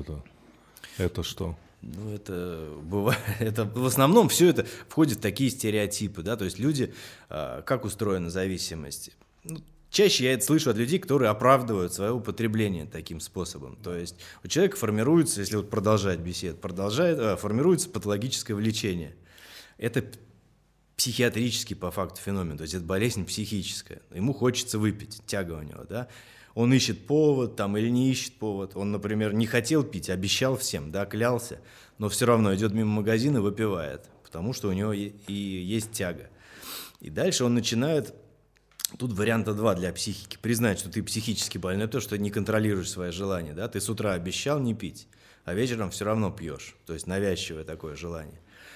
это что? Это бывает, это в основном все это входит в такие стереотипы, да, то есть люди, как устроена зависимость. Чаще я это слышу от людей, которые оправдывают свое употребление таким способом. То есть у человека формируется, если вот продолжать беседу, формируется патологическое влечение. Это психиатрический по факту феномен, то есть это болезнь психическая. Ему хочется выпить, тяга у него, да. Он ищет повод там, или не ищет повод. Он, например, не хотел пить, обещал всем, да, клялся, но все равно идет мимо магазина и выпивает, потому что у него и есть тяга. И дальше он начинает, тут варианта 2 для психики, признать, что ты психически больной, то, что не контролируешь свои желания. Да? Ты с утра обещал не пить, а вечером все равно пьешь. То есть навязчивое такое желание.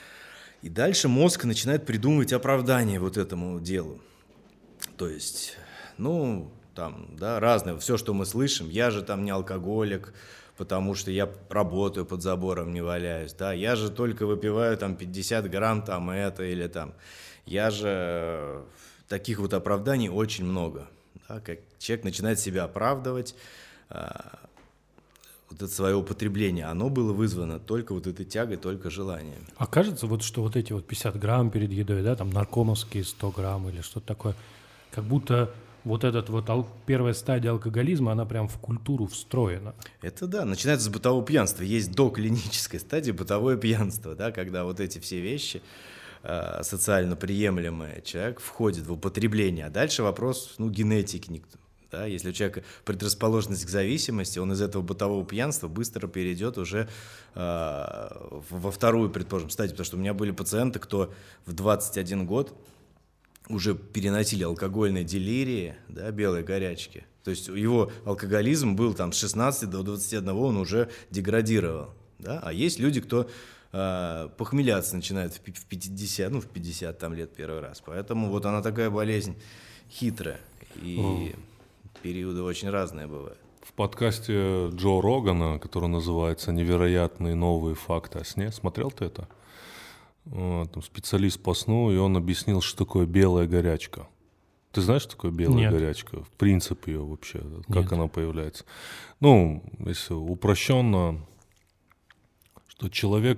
И дальше мозг начинает придумывать оправдание вот этому делу. То есть, там, да, разное, все, что мы слышим, я же там не алкоголик, потому что я работаю под забором, не валяюсь, да, я же только выпиваю там 50 грамм там это или там, я же, таких вот оправданий очень много, да, как человек начинает себя оправдывать, вот это свое употребление, оно было вызвано только вот этой тягой, только желанием. А кажется, что вот эти вот 50 грамм перед едой, да, там наркомовские 100 грамм или что-то такое, как будто вот эта вот первая стадия алкоголизма, она прям в культуру встроена. Это да, начинается с бытового пьянства. Есть доклиническая стадия бытовое пьянство, да, когда вот эти все вещи социально приемлемые, человек входит в употребление. А дальше вопрос генетики. Да, если у человека предрасположенность к зависимости, он из этого бытового пьянства быстро перейдет уже во вторую, предположим, стадию. Потому что у меня были пациенты, кто в 21 год уже переносили алкогольные делирии, да, белые горячки. То есть его алкоголизм был там с 16 до 21, он уже деградировал. Да? А есть люди, кто похмеляться начинает в 50, в 50 там, лет первый раз. Поэтому вот она такая болезнь хитрая. И периоды очень разные бывают. В подкасте Джо Рогана, который называется «Невероятные новые факты о сне», смотрел ты это? Там специалист по сну, и он объяснил, что такое белая горячка. Ты знаешь, что такое белая горячка? В принципе ее вообще, как она появляется? Если упрощенно, что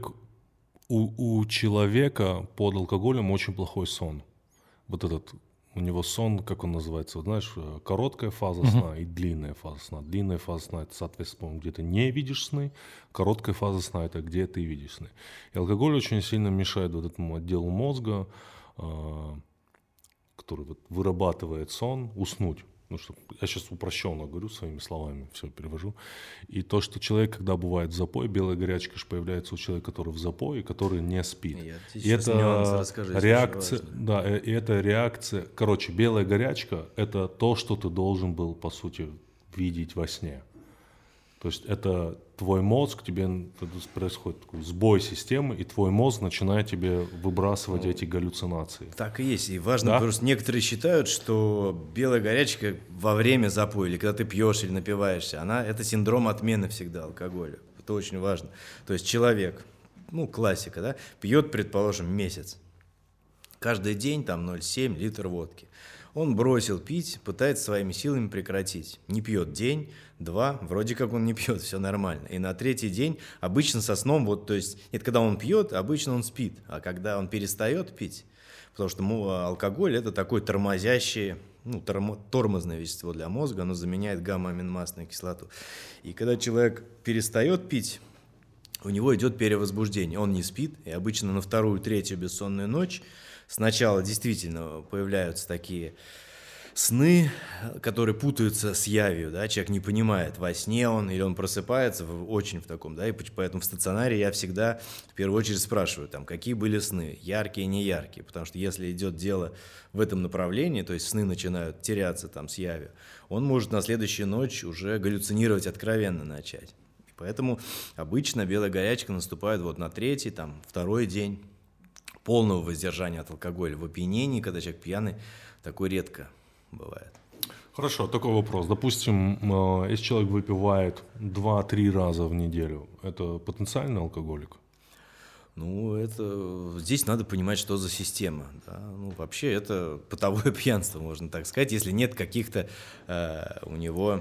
у человека под алкоголем очень плохой сон. Вот этот у него сон, как он называется, вот знаешь, короткая фаза сна и длинная фаза сна. Длинная фаза сна — это, соответственно, где ты не видишь сны, короткая фаза сна — это где ты видишь сны. И алкоголь очень сильно мешает вот этому отделу мозга, который вот вырабатывает сон, уснуть. Я сейчас упрощенно говорю своими словами, все перевожу. И то, что человек, когда бывает в запое, белая горячка же появляется у человека, который в запое, который не спит. И это реакция, да, и это реакция. Короче, белая горячка — это то, что ты должен был, по сути, видеть во сне. То есть это твой мозг, тебе происходит такой сбой системы, и твой мозг начинает тебе выбрасывать эти галлюцинации. Так и есть. И важно, просто некоторые считают, что белая горячка во время запоя, или когда ты пьешь или напиваешься, это синдром отмены всегда алкоголя. Это очень важно. То есть человек, классика, да, пьет, предположим, месяц. Каждый день там 0,7 литр водки. Он бросил пить, пытается своими силами прекратить. Не пьет день, 2, вроде как он не пьет, все нормально. И на 3-й день обычно со сном, когда он пьет, обычно он спит. А когда он перестает пить, потому что алкоголь — это такой тормозящий тормозное вещество для мозга, оно заменяет гамма-аминомастную кислоту. И когда человек перестает пить, у него идет перевозбуждение, он не спит, и обычно на 2-ю, 3-ю бессонную ночь сначала действительно появляются такие сны, которые путаются с явью, да, человек не понимает, во сне он или он просыпается очень в таком, да, и поэтому в стационаре я всегда в первую очередь спрашиваю, там, какие были сны, яркие, неяркие, потому что если идет дело в этом направлении, то есть сны начинают теряться там с явью, он может на следующую ночь уже галлюцинировать откровенно начать. Поэтому обычно белая горячка наступает вот на 3-й, там, 2-й день полного воздержания от алкоголя. В опьянении, когда человек пьяный, такое редко бывает. Хорошо, такой вопрос. Допустим, если человек выпивает 2-3 раза в неделю, это потенциальный алкоголик? Ну, это здесь надо понимать, что за система. Да? Ну, вообще, это бытовое пьянство, можно так сказать, если нет каких-то у него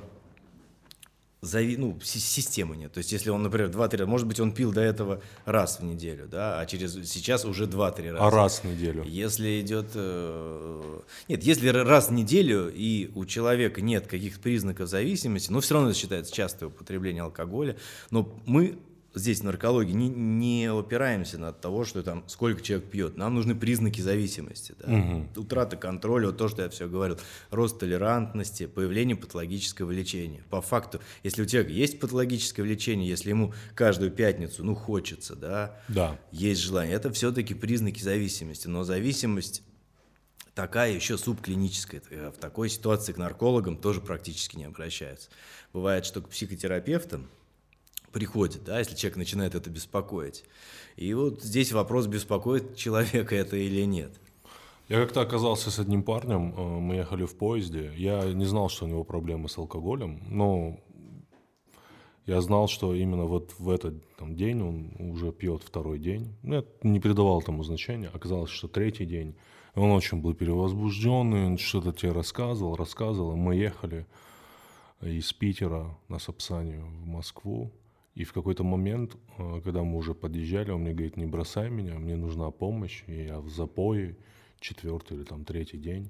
системы нет. То есть, если он, например, 2-3 раза, может быть, он пил до этого раз в неделю, да, а сейчас уже 2-3 раза. А раз в неделю? Если идет... Нет, если раз в неделю и у человека нет каких-то признаков зависимости, но все равно это считается частое употребление алкоголя, но мы здесь в наркологии не опираемся на того, что там сколько человек пьет. Нам нужны признаки зависимости. Да? Утрата контроля, вот то, что я все говорил, рост толерантности, появление патологического лечения. По факту, если у человека есть патологическое влечение, если ему каждую пятницу, хочется, да, есть желание, это все-таки признаки зависимости. Но зависимость такая еще субклиническая. В такой ситуации к наркологам тоже практически не обращаются. Бывает, что к психотерапевтам приходит, да, если человек начинает это беспокоить. И вот здесь вопрос, беспокоит человека это или нет. Я как-то оказался с одним парнем, мы ехали в поезде, я не знал, что у него проблемы с алкоголем, но я знал, что именно вот в этот день он уже пьет 2-й день. Я не придавал этому значения, оказалось, что 3-й день. Он очень был перевозбужденный, он что-то тебе рассказывал, и мы ехали из Питера на Сапсане в Москву. И в какой-то момент, когда мы уже подъезжали, он мне говорит: не бросай меня, мне нужна помощь. И я в запое, 4-й или 3-й день.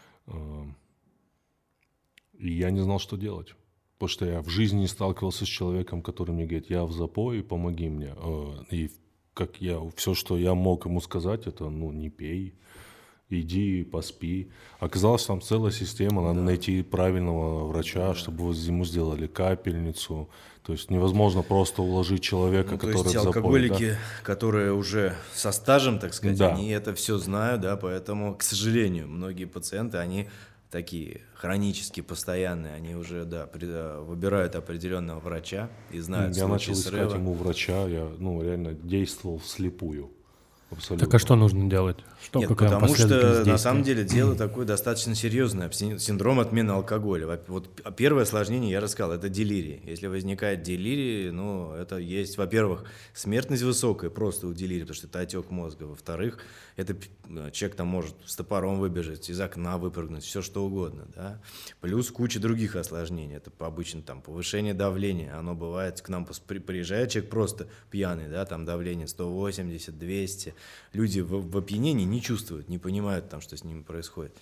И я не знал, что делать. Потому что я в жизни не сталкивался с человеком, который мне говорит: я в запое, помоги мне. И все, что я мог ему сказать, это не пей. Иди поспи. Оказалось, там целая система, надо найти правильного врача, чтобы ему сделали капельницу. То есть невозможно просто уложить человека, который в запое. То есть алкоголики, которые уже со стажем, так сказать, они это все знают, да, поэтому, к сожалению, многие пациенты, они такие хронически постоянные, они уже, выбирают определенного врача и знают Я случаи начал срыва. искать ему врача, я реально действовал вслепую. Абсолютно. Так а что нужно делать? Нет, потому что на самом деле дело такое достаточно серьезное. Синдром отмены алкоголя. Вот первое осложнение я рассказал, это делирий. Если возникает делирий, это есть, во-первых, смертность высокая просто у делирия, потому что это отек мозга. Во-вторых, это человек там может с топором выбежать, из окна выпрыгнуть, все что угодно. Да? Плюс куча других осложнений. Это обычно повышение давления. Оно бывает, к нам приезжает человек просто пьяный, да, там давление 180, 200. Люди в опьянении не чувствуют, не понимают, что с ними происходит.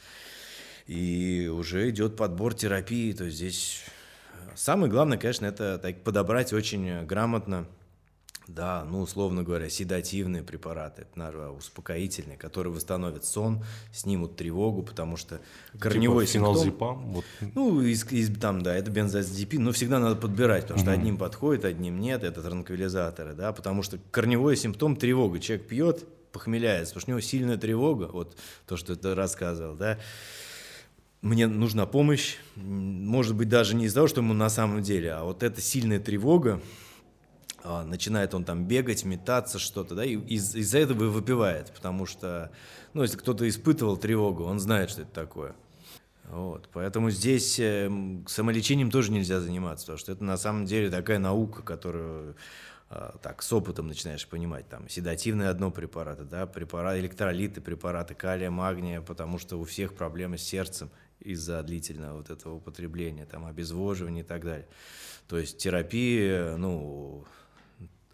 И уже идет подбор терапии. То есть здесь самое главное, конечно, это подобрать очень грамотно, условно говоря, седативные препараты, успокоительные, которые восстановят сон, снимут тревогу, потому что корневой симптом... Фенолзепам? Это бензодиазепин, но всегда надо подбирать, потому что одним подходит, одним нет, это транквилизаторы, да, потому что корневой симптом — тревога. Человек пьет, похмеляется, потому что у него сильная тревога, вот то, что ты рассказывал, да. Мне нужна помощь, может быть, даже не из-за того, что ему на самом деле, а вот эта сильная тревога, начинает он бегать, метаться, что-то, да, и из-за этого и выпивает, потому что, если кто-то испытывал тревогу, он знает, что это такое. Вот, поэтому здесь самолечением тоже нельзя заниматься, потому что это на самом деле такая наука, которую с опытом начинаешь понимать, седативные одно препараты, да, препараты, электролиты, препараты калия, магния, потому что у всех проблемы с сердцем из-за длительного вот этого употребления, обезвоживания и так далее. То есть терапия,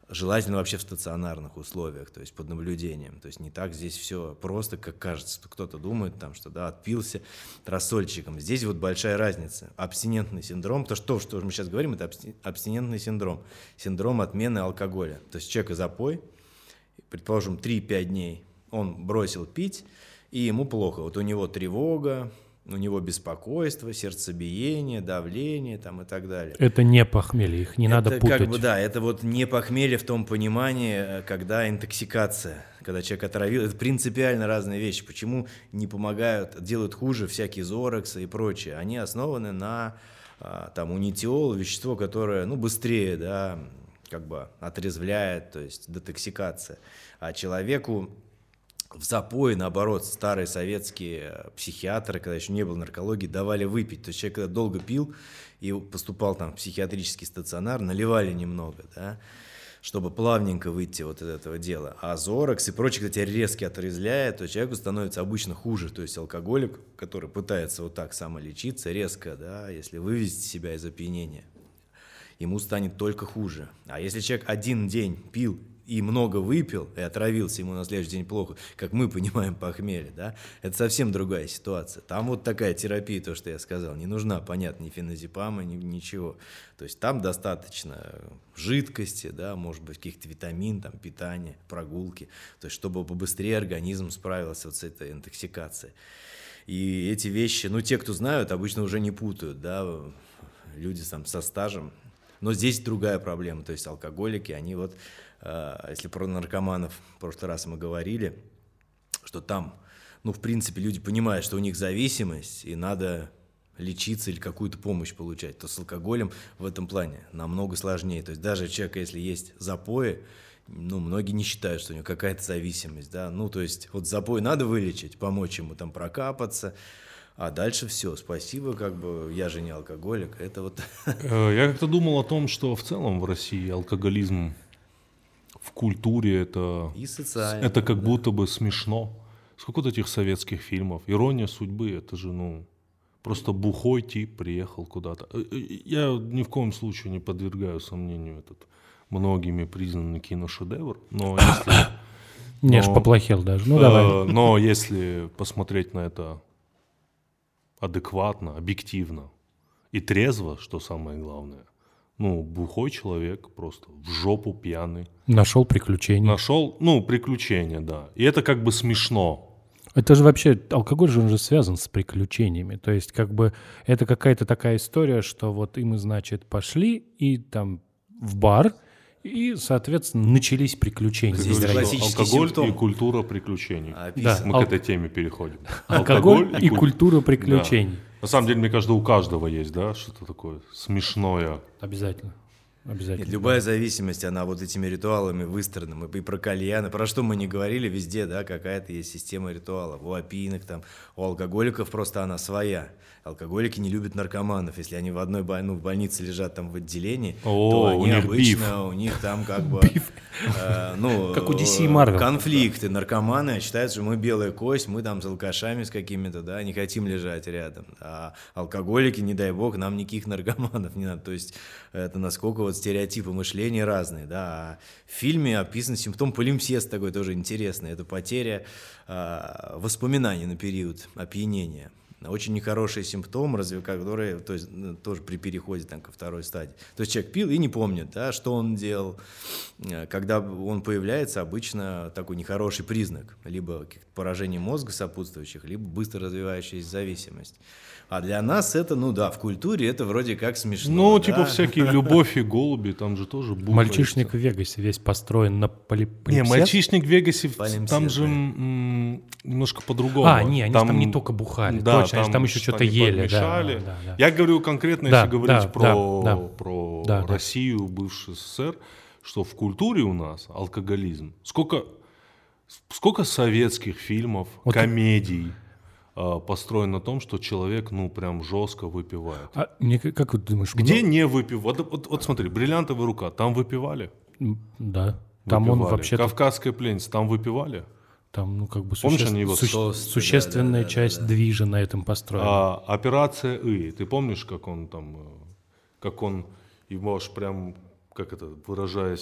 Желательно вообще в стационарных условиях, то есть под наблюдением. То есть не так здесь все просто, как кажется. Кто-то думает, там, что да, отпился рассольчиком. Здесь вот большая разница. Абстинентный синдром, то, что мы сейчас говорим, это абстинентный синдром. Синдром отмены алкоголя. То есть человек запой, предположим, 3-5 дней он бросил пить, и ему плохо. Вот у него тревога, у него беспокойство, сердцебиение, давление там, и так далее. Это не похмелье, их не надо путать. Как бы, да, это вот не похмелье в том понимании, когда интоксикация, когда человек отравил. Это принципиально разные вещи. Почему не помогают, делают хуже всякие зорексы и прочее? Они основаны на там, унитиол, вещество, которое быстрее, да, как бы отрезвляет, то есть детоксикация. А человеку в запое, наоборот, старые советские психиатры, когда еще не было наркологии, давали выпить. То есть человек, когда долго пил и поступал там в психиатрический стационар, наливали немного, да, чтобы плавненько выйти вот из этого дела. А зорекс и прочее, когда тебя резко отрезвляет, то человеку становится обычно хуже. То есть алкоголик, который пытается вот так самолечиться, резко, да, если вывести себя из опьянения, ему станет только хуже. А если человек один день пил и много выпил, и отравился, ему на следующий день плохо, как мы понимаем похмелье, да, это совсем другая ситуация. Там вот такая терапия, то, что я сказал, не нужна, понятно, ни феназепама, ничего. То есть там достаточно жидкости, да, может быть, каких-то витамин, там, питания, прогулки, то есть чтобы побыстрее организм справился вот с этой интоксикацией. И эти вещи, те, кто знают, обычно уже не путают, да, люди там со стажем. Но здесь другая проблема, то есть алкоголики, они вот, если про наркоманов в прошлый раз мы говорили, что там, в принципе, люди понимают, что у них зависимость, и надо лечиться или какую-то помощь получать, то с алкоголем в этом плане намного сложнее. То есть даже человек, если есть запои, многие не считают, что у него какая-то зависимость, да, то есть вот запой надо вылечить, помочь ему там прокапаться, а дальше все, спасибо, как бы я же не алкоголик, это вот... Я как-то думал о том, что в целом в России алкоголизм в культуре это как будто бы смешно. Сколько вот этих советских фильмов, «Ирония судьбы», это же, просто бухой тип приехал куда-то. Я ни в коем случае не подвергаю сомнению этот многими признанный киношедевр, но если... Не аж поплохел даже, давай. Но если посмотреть на это адекватно, объективно и трезво, что самое главное, бухой человек просто в жопу пьяный. Нашел приключения. Приключения, да. И это как бы смешно. Это же вообще, алкоголь же, он же связан с приключениями. То есть как бы это какая-то такая история, что вот и мы, значит, пошли и там в бар, и, соответственно, начались приключения. Здесь классический алкоголь симптом. И культура приключений. Да. Мы к этой теме переходим. Алкоголь и культура приключений. Да. На самом деле, мне кажется, у каждого есть, да, что-то такое смешное. Обязательно. Нет, любая зависимость, она вот этими ритуалами выстроена. Мы и про кальяны, про что мы не говорили, везде, да, какая-то есть система ритуалов. У опийных, там, у алкоголиков просто она своя. Алкоголики не любят наркоманов. Если они в одной в больнице лежат там в отделении, то они обычно, у них там как бы... как у DC и Marvel. Конфликты. Наркоманы считают, что мы белая кость, мы там с алкашами с какими-то, да, не хотим лежать рядом. А алкоголики, не дай бог, нам никаких наркоманов не надо. То есть это насколько вот стереотипы мышления разные, да. А в фильме описан симптом полимпсеста такой тоже интересный. Это потеря воспоминаний на период опьянения. Очень нехороший симптом, который, то есть, тоже при переходе там, ко второй стадии. То есть человек пил и не помнит, да, что он делал. Когда он появляется, обычно такой нехороший признак. Либо поражение мозга сопутствующих, либо быстро развивающаяся зависимость. А для нас это, в культуре это вроде как смешно. Типа всякие «Любовь и голуби», там же тоже бухается. «Мальчишник в Вегасе» весь построен на полимпсест. Не, «Мальчишник в Вегасе», там же немножко по-другому. Они там не только бухали, да, точно, они там еще что-то ели. Да. Я говорю конкретно, если говорить про Россию, бывший СССР, что в культуре у нас алкоголизм. Сколько советских фильмов, комедий построен на том, что человек, прям жестко выпивает. Как ты думаешь? Где не выпивают? Вот смотри, «Бриллиантовая рука», там выпивали? Да. Там он вообще-то... «Кавказская пленница», там выпивали? Там, существенная часть движа на этом построена. «Операция И», ты помнишь, как он его аж прям, выражаясь,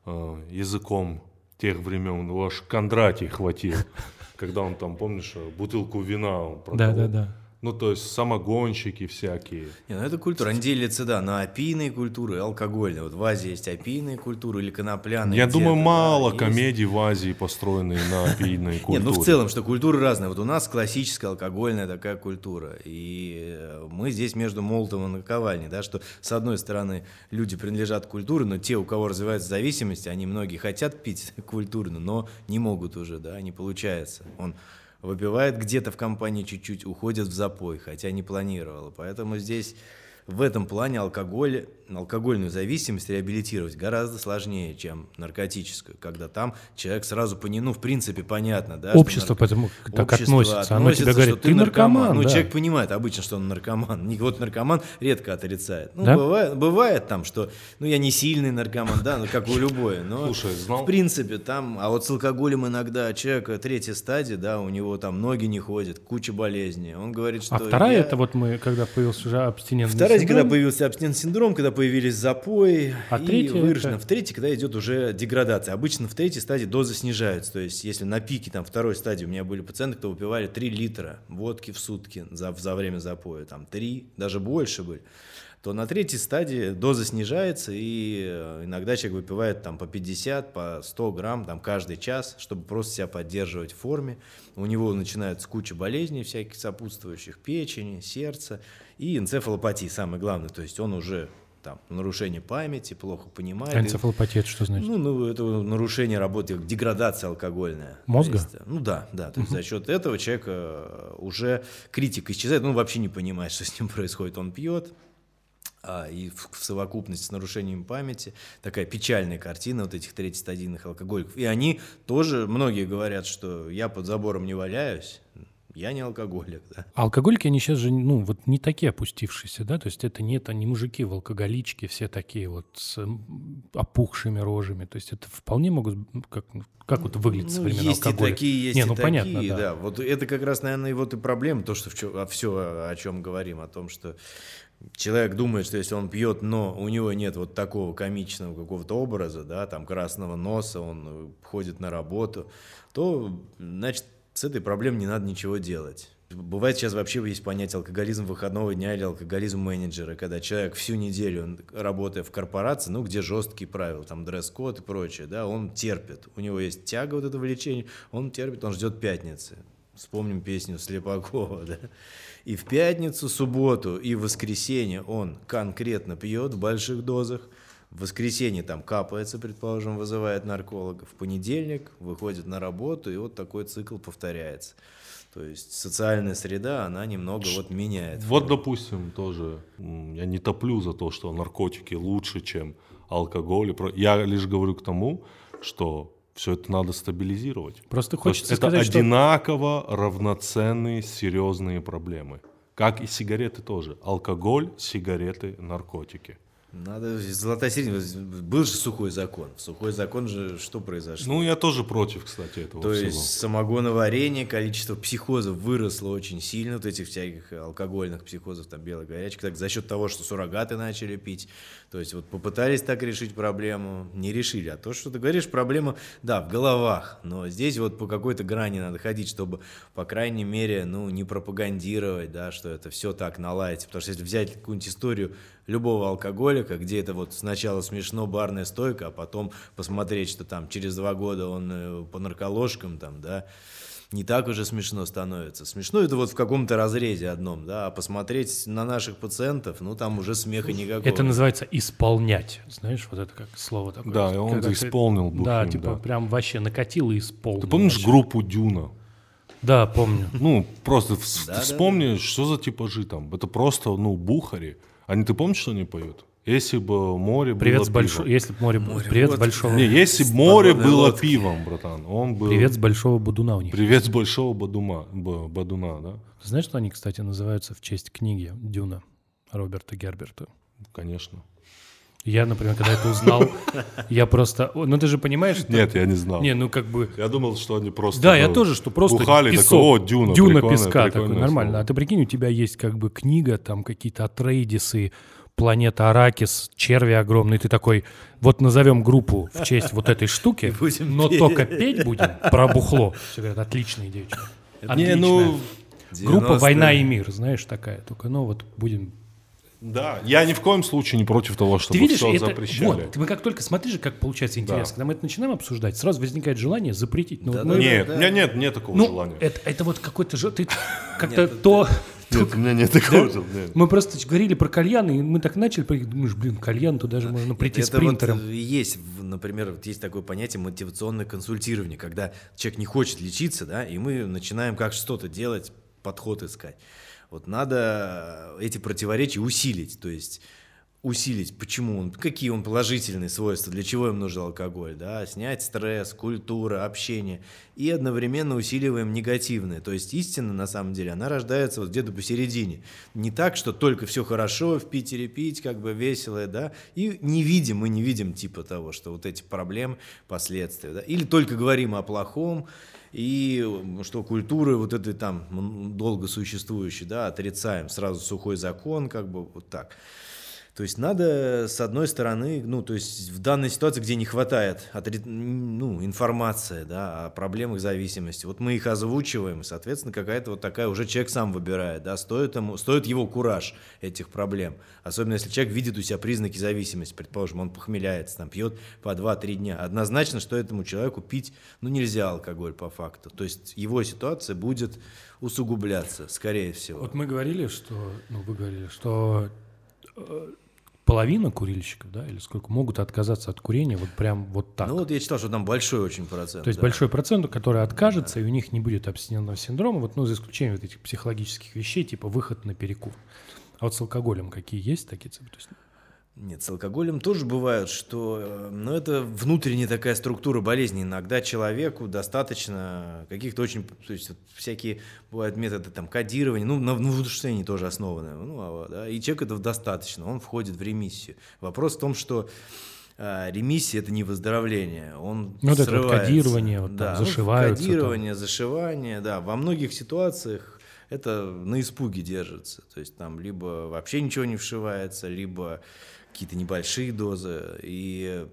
языком тех времен, его аж Кондратий хватил, когда он там, помнишь, бутылку вина он продал. Да. Ну, то есть самогонщики всякие. Не, ну это культура. Они делятся, да, на опийные культуры и алкогольные. Вот в Азии есть опийные культуры или конопляные. Я думаю, мало да, комедий в Азии, построенные на опийной культуре. Нет, ну в целом, что культуры разные. Вот у нас классическая алкогольная такая культура. И мы здесь между молотом и наковальней, да, что с одной стороны люди принадлежат культуре, но те, у кого развивается зависимость, они многие хотят пить культурно, но не могут уже, да, не получается. Он выпивает где-то в компании чуть-чуть, уходит в запой, хотя не планировал. Поэтому здесь в этом плане алкогольную зависимость реабилитировать гораздо сложнее, чем наркотическую, когда там человек сразу в принципе понятно, да, общество потому так относится, оно тебе говорит, ты наркоман. Ну, да. человек понимает обычно, что он наркоман. Вот наркоман редко отрицает. Ну, да? бывает там, что, я не сильный наркоман, да, как у любой, но Слушай, знал? В принципе там, а вот с алкоголем иногда человек третья стадия, да, у него там ноги не ходят, куча болезней. Он говорит, что вторая, это вот мы, когда появился уже абстинентный Вторая, синдром. когда появился абстинентный синдром, когда появились запои и выражено. Это... В третьей, когда идет уже деградация. Обычно в третьей стадии дозы снижаются. То есть, если на пике там, второй стадии у меня были пациенты, кто выпивали 3 литра водки в сутки за время запоя, там 3, даже больше были, то на третьей стадии доза снижается, и иногда человек выпивает там, по 50, по 100 грамм там, каждый час, чтобы просто себя поддерживать в форме. У него начинается куча болезней всяких сопутствующих, печени, сердца и энцефалопатии, самое главное. То есть он уже там, нарушение памяти, плохо понимает. Энцефалопатия это что значит? Ну, это нарушение работы, деградация алкогольная. Мозга? Есть, да. То есть за счет этого человека уже критик исчезает, он вообще не понимает, что с ним происходит. Он пьет, и в совокупности с нарушением памяти такая печальная картина вот этих третьестадийных алкоголиков. И они тоже, многие говорят, что я под забором не валяюсь, я не алкоголик. Да. Алкоголики, они сейчас же вот не такие опустившиеся, да, то есть это нет, они мужики в алкоголичке, все такие вот с опухшими рожами, то есть это вполне могут, как вот выглядит современный алкоголь. Есть и такие, есть и такие, понятно, да. Вот это как раз, наверное, и вот и проблема, то, что все, о чем говорим, о том, что человек думает, что если он пьет, но у него нет вот такого комичного какого-то образа, да, там красного носа, он ходит на работу, то, значит, с этой проблемой не надо ничего делать. Бывает сейчас вообще есть понятие алкоголизм выходного дня или алкоголизм менеджера, когда человек всю неделю, работая в корпорации, где жесткие правила, там дресс-код и прочее, да, он терпит. У него есть тяга вот это влечение, он терпит, он ждет пятницы. Вспомним песню Слепакова, да. И в пятницу, субботу и в воскресенье он конкретно пьет в больших дозах. В воскресенье там капается, предположим, вызывает нарколога. В понедельник выходит на работу, и вот такой цикл повторяется. То есть социальная среда, она немного вот меняет. Вот, допустим, тоже я не топлю за то, что наркотики лучше, чем алкоголь. Я лишь говорю к тому, что все это надо стабилизировать. Просто хочется это сказать, одинаково равноценные серьезные проблемы. Как и сигареты тоже. Алкоголь, сигареты, наркотики. Надо золотая середина. Был же сухой закон. В сухой закон же что произошло? Я тоже против, кстати, этого То всего. есть самогоноварение, количество психозов выросло очень сильно, вот этих всяких алкогольных психозов, там белая горячка, так, за счет того, что суррогаты начали пить. То есть вот попытались так решить проблему, не решили. А то, что ты говоришь, проблема, да, в головах. Но здесь вот по какой-то грани надо ходить, чтобы, по крайней мере, не пропагандировать, да, что это все так наладится. Потому что если взять какую-нибудь историю любого алкоголика, где это вот сначала смешно, барная стойка, а потом посмотреть, что там через 2 года он по нарколожкам там, да, не так уже смешно становится. Смешно это вот в каком-то разрезе одном, да, а посмотреть на наших пациентов, там уже смеха никакого. Это называется исполнять, знаешь, вот это как слово такое. Да, и он исполнил бухим, да, типа прям вообще накатил и исполнил. Ты помнишь вообще группу «Дюна»? Да, помню. Просто вспомни, что за типажи там. Это просто, бухари. Ты помнишь, что они поют? Если бы море привет было пивом. Если бы море привет вот. с большого... Не, если бы море было пивом, братан, он был... Привет с большого Бодуна у них. Привет с большого Бодуна, да? Ты знаешь, что они, кстати, называются в честь книги «Дюна» Роберта Герберта? Конечно. Я, например, когда это узнал, я просто... ты же понимаешь... Что... Нет, я не знал. Я думал, что они просто... Да, я тоже, что просто бухали, песок. Дюна песка, такой, нормально. Слово. А ты прикинь, у тебя есть как бы книга, там какие-то атрейдисы, планета Аракис, черви огромные, ты такой, вот назовем группу в честь вот этой штуки, но только петь будем про бухло. Все говорят, отличная идея. Отличная. Группа «Война и мир», знаешь, такая. Только, вот будем... Да, я ни в коем случае не против того, чтобы ты видишь, все это, запрещали. Вот, мы как только смотришь, как получается интересно, когда мы это начинаем обсуждать, сразу возникает желание запретить. Нет, у меня нет такого желания. Это вот какой-то же... Ты как-то то... Нет, у меня нет такого желания. Мы просто говорили про кальян, и мы так начали, думаешь, кальян, туда же можно прийти с принтером. Вот есть, например, вот есть такое понятие мотивационное консультирование, когда человек не хочет лечиться, да, и мы начинаем как что-то делать, подход искать. Вот надо эти противоречия усилить, то есть усилить, какие он положительные свойства, для чего им нужен алкоголь, да, снять стресс, культура, общение, и одновременно усиливаем негативные, то есть истина, на самом деле, она рождается вот где-то посередине, не так, что только все хорошо, в Питере пить, как бы весело, да, и мы не видим типа того, что вот эти проблемы, последствия, да, или только говорим о плохом, и что культуры вот этой там долго существующей, да, отрицаем, сразу сухой закон, как бы вот так. То есть надо, с одной стороны, то есть в данной ситуации, где не хватает информации, да, о проблемах зависимости, вот мы их озвучиваем, и, соответственно, какая-то вот такая уже человек сам выбирает, да, стоит его кураж этих проблем, особенно если человек видит у себя признаки зависимости, предположим, он похмеляется, там, пьет по 2-3 дня, однозначно, что этому человеку пить, нельзя алкоголь по факту, то есть его ситуация будет усугубляться, скорее всего. Вот мы говорили, что половина курильщиков, да, или сколько, могут отказаться от курения вот прям вот так. Вот я читал, что там большой очень процент. То есть большой процент, который откажется, и у них не будет абстинентного синдрома, за исключением вот этих психологических вещей, типа выход на перекур. А вот с алкоголем какие есть такие цифры? Нет, с алкоголем тоже бывает, что это внутренняя такая структура болезни. Иногда человеку достаточно каких-то очень, то есть всякие бывают методы там кодирования, на внушении тоже основаны, да, и человеку этого достаточно, он входит в ремиссию. Вопрос в том, что ремиссия — это не выздоровление, он срывается. Это вот кодирование, да, зашиваются. Кодирование, зашивание, да, во многих ситуациях это на испуге держится, то есть там либо вообще ничего не вшивается, либо какие-то небольшие дозы, и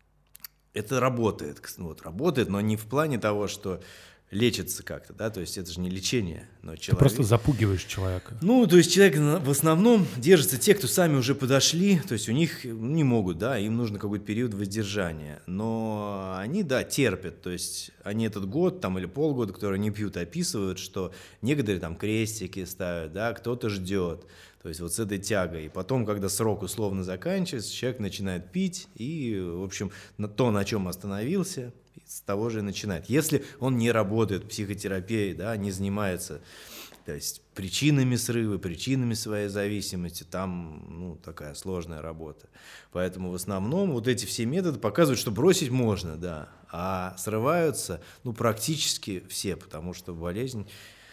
это работает, но не в плане того, что лечится как-то, да, то есть это же не лечение, но человек... Ты просто запугиваешь человека. То есть человек в основном держится те, кто сами уже подошли, то есть у них не могут, да, им нужно какой-то период воздержания, но они, да, терпят, то есть они этот год там или полгода, которые не пьют, описывают, что некоторые там крестики ставят, да, кто-то ждет. То есть вот с этой тягой. И потом, когда срок условно заканчивается, человек начинает пить и, в общем, на чем остановился, с того же и начинает. Если он не работает в психотерапии, да, не занимается, то есть причинами срыва, причинами своей зависимости, там такая сложная работа. Поэтому в основном вот эти все методы показывают, что бросить можно, да, а срываются практически все, потому что болезнь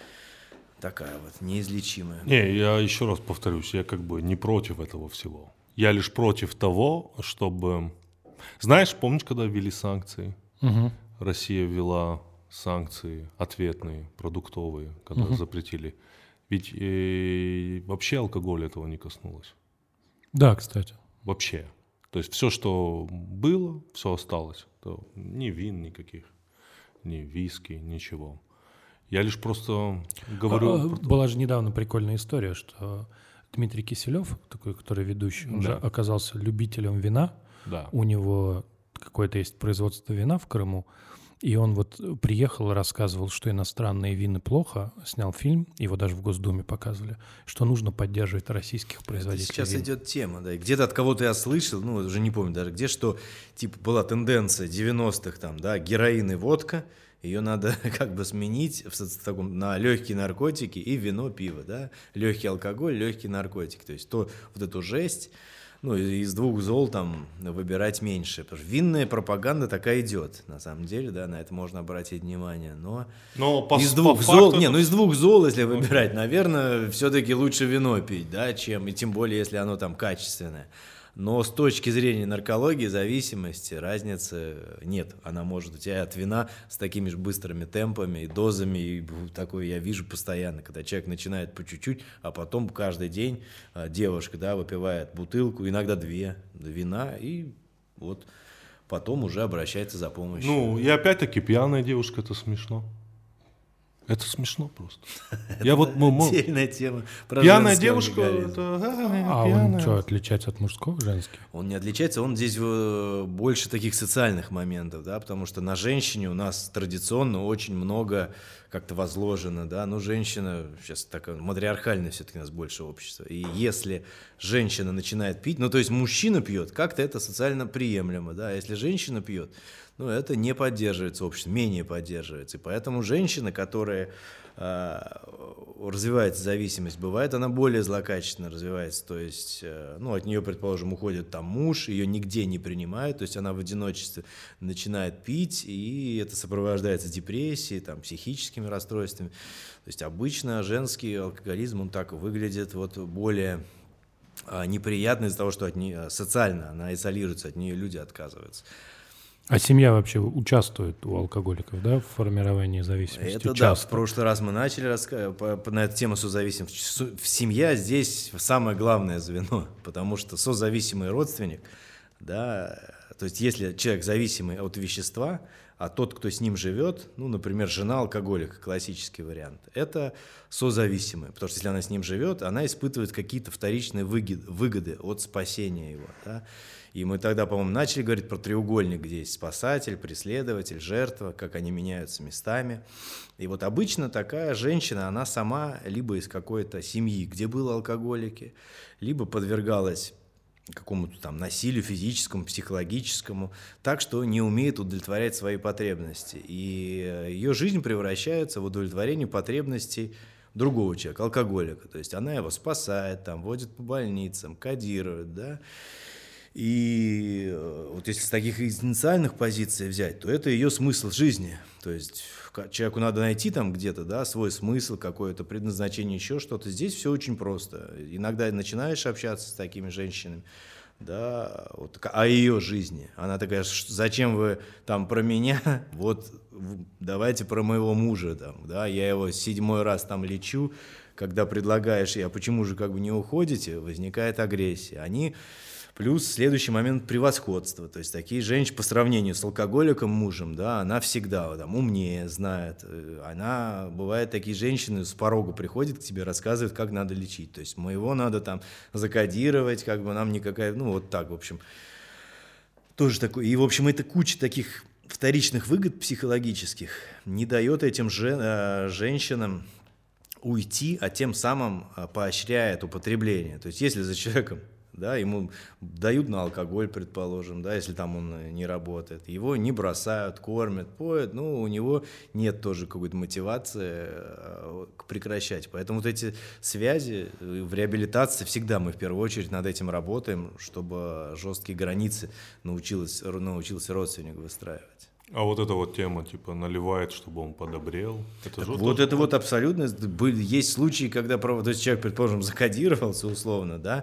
такая вот неизлечимая. Я еще раз повторюсь, я как бы не против этого всего. Я лишь против того, чтобы... Знаешь, помнишь, когда ввели санкции? Угу. Россия ввела санкции ответные, продуктовые, когда запретили. Ведь вообще алкоголь этого не коснулось. Да, кстати. Вообще. То есть все, что было, все осталось. Ни вин никаких, ни виски, ничего. Я лишь просто говорю... Была же недавно прикольная история, что Дмитрий Киселев, такой, который ведущий, он же оказался любителем вина. Да. У него какое-то есть производство вина в Крыму, и он вот приехал и рассказывал, что иностранные вины плохо, снял фильм, его даже в Госдуме показывали, что нужно поддерживать российских производителей. Это сейчас идет тема, да, и где-то от кого-то я слышал, уже не помню даже где, что типа была тенденция 90-х там, да, героин и водка, ее надо как бы сменить на легкие наркотики и вино, пиво, да, легкий алкоголь, легкий наркотик, то есть вот эту жесть, из двух зол там выбирать меньше, потому что винная пропаганда такая идет, на самом деле, да, на это можно обратить внимание, но из двух зол, из двух зол, если выбирать, наверное, все-таки лучше вино пить, да, и тем более, если оно там качественное. Но с точки зрения наркологии, зависимости, разницы нет. Она может у тебя от вина с такими же быстрыми темпами и дозами, и такое я вижу постоянно, когда человек начинает по чуть-чуть, а потом каждый день девушка, да, выпивает бутылку, иногда 2 вина, и вот потом уже обращается за помощью. Ну, и опять-таки пьяная девушка, это смешно. Это смешно просто. Я вот отдельная тема. Пьяная девушка, это А он что, отличается от мужского, женский? Он не отличается, он здесь больше таких социальных моментов, да, потому что на женщине у нас традиционно очень много как-то возложено, да, ну, женщина, сейчас такое матриархальное все-таки у нас больше общество, и если женщина начинает пить, ну, то есть мужчина пьет, как-то это социально приемлемо, да, а если женщина пьет, ну, это не поддерживается обществом, менее поддерживается. И поэтому женщина, которая развивается зависимость, бывает, она более злокачественно развивается. То есть, ну, от нее, предположим, уходит там муж, ее нигде не принимают, то есть она в одиночестве начинает пить, и это сопровождается депрессией, там, психическими расстройствами. То есть обычно женский алкоголизм, он так выглядит вот более неприятно из-за того, что от нее, социально она изолируется, от нее люди отказываются. А семья вообще участвует у алкоголиков, да, в формировании зависимости? Это часто. Да, в прошлый раз мы начали на эту тему созависимости. Семья здесь самое главное звено, потому что созависимый родственник, да, то есть если человек зависимый от вещества, а тот, кто с ним живет, ну, например, жена алкоголика, классический вариант, это созависимый, потому что если она с ним живет, она испытывает какие-то вторичные выгоды от спасения его, да. И мы тогда, по-моему, начали говорить про треугольник, где есть спасатель, преследователь, жертва, как они меняются местами. И вот обычно такая женщина, она сама либо из какой-то семьи, где были алкоголики, либо подвергалась какому-то там насилию физическому, психологическому, так что не умеет удовлетворять свои потребности. И ее жизнь превращается в удовлетворение потребностей другого человека, алкоголика. То есть она его спасает, там, водит по больницам, кодирует, да. И вот если с таких экзистенциальных позиций взять, то это ее смысл жизни. То есть человеку надо найти там где-то, да, свой смысл, какое-то предназначение, еще что-то. Здесь все очень просто. Иногда начинаешь общаться с такими женщинами, да, вот, о ее жизни. Она такая: зачем вы там про меня? Вот давайте про моего мужа, там, да, я его 7-й раз там лечу. Когда предлагаешь, а почему же как бы не уходите, возникает агрессия. Плюс следующий момент — превосходства. То есть такие женщины по сравнению с алкоголиком мужем, да, она всегда там умнее, знает. Она, бывает, такие женщины с порога приходят к тебе, рассказывают, как надо лечить. То есть моего надо там закодировать, как бы нам никакая, ну вот так, в общем. Тоже такое. И, в общем, это куча таких вторичных выгод психологических не дает этим женщинам уйти, а тем самым поощряет употребление. То есть если за человеком, да, ему дают на алкоголь, предположим, да, если там он не работает, его не бросают, кормят, поют, ну, у него нет тоже какой-то мотивации прекращать. Поэтому вот эти связи в реабилитации всегда мы в первую очередь над этим работаем, чтобы жесткие границы научился родственник выстраивать. А вот эта вот тема, типа, наливает, чтобы он подобрел. Это вот это вот абсолютно. Есть случаи, когда то есть человек, предположим, закодировался условно, да,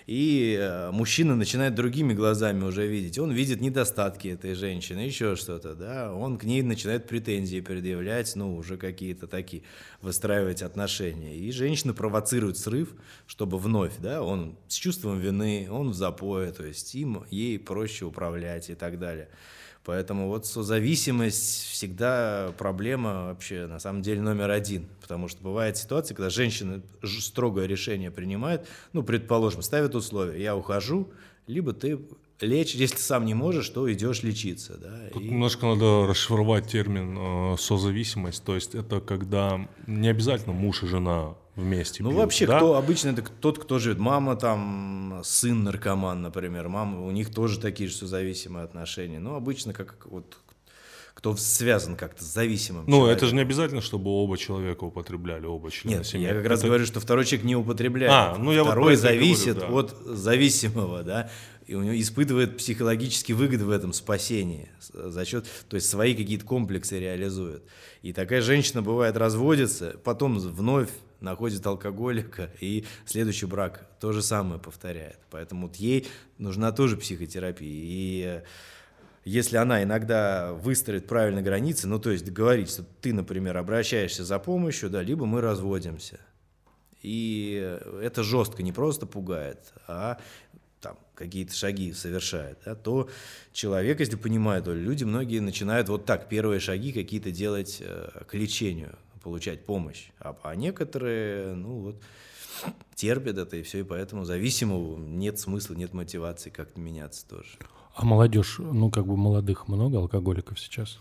и мужчина начинает другими глазами уже видеть. Он видит недостатки этой женщины, еще что-то, да, он к ней начинает претензии предъявлять, ну, уже какие-то такие, выстраивать отношения. И женщина провоцирует срыв, чтобы вновь, да, он с чувством вины, он в запое, то есть ей проще управлять и так далее. Поэтому вот созависимость всегда проблема вообще на самом деле номер один, потому что бывает ситуация, когда женщина строгое решение принимает, ну, предположим, ставит условия: я ухожу, либо ты лечишь, если ты сам не можешь, то идешь лечиться. Да, тут немножко надо расшифровать термин созависимость, то есть это когда не обязательно муж и жена вместе пьют, вообще, да? кто обычно это тот, кто живет. Мама там, сын наркоман, например, мама, у них тоже такие же созависимые отношения. Но обычно как вот кто связан как-то с зависимым человеком. Это же не обязательно, чтобы оба человека употребляли, оба члена семьи. Я как раз говорю, что второй человек не употребляет. Второй зависит от зависимого, да, и у него испытывает психологические выгоды в этом спасении за счет, то есть свои какие-то комплексы реализует. И такая женщина, бывает, разводится, потом вновь находит алкоголика, и следующий брак то же самое повторяет. Поэтому вот ей нужна тоже психотерапия. И если она иногда выстроит правильные границы, ну, то есть говорит, что ты, например, обращаешься за помощью, да, либо мы разводимся. И это жестко, не просто пугает, а там какие-то шаги совершает, да, то человек, если понимает, то люди многие начинают вот так первые шаги какие-то делать к лечению, получать помощь. А некоторые, ну вот, терпят это, и все, и поэтому зависимому нет смысла, нет мотивации как-то меняться тоже. А молодежь, ну как бы молодых много алкоголиков сейчас?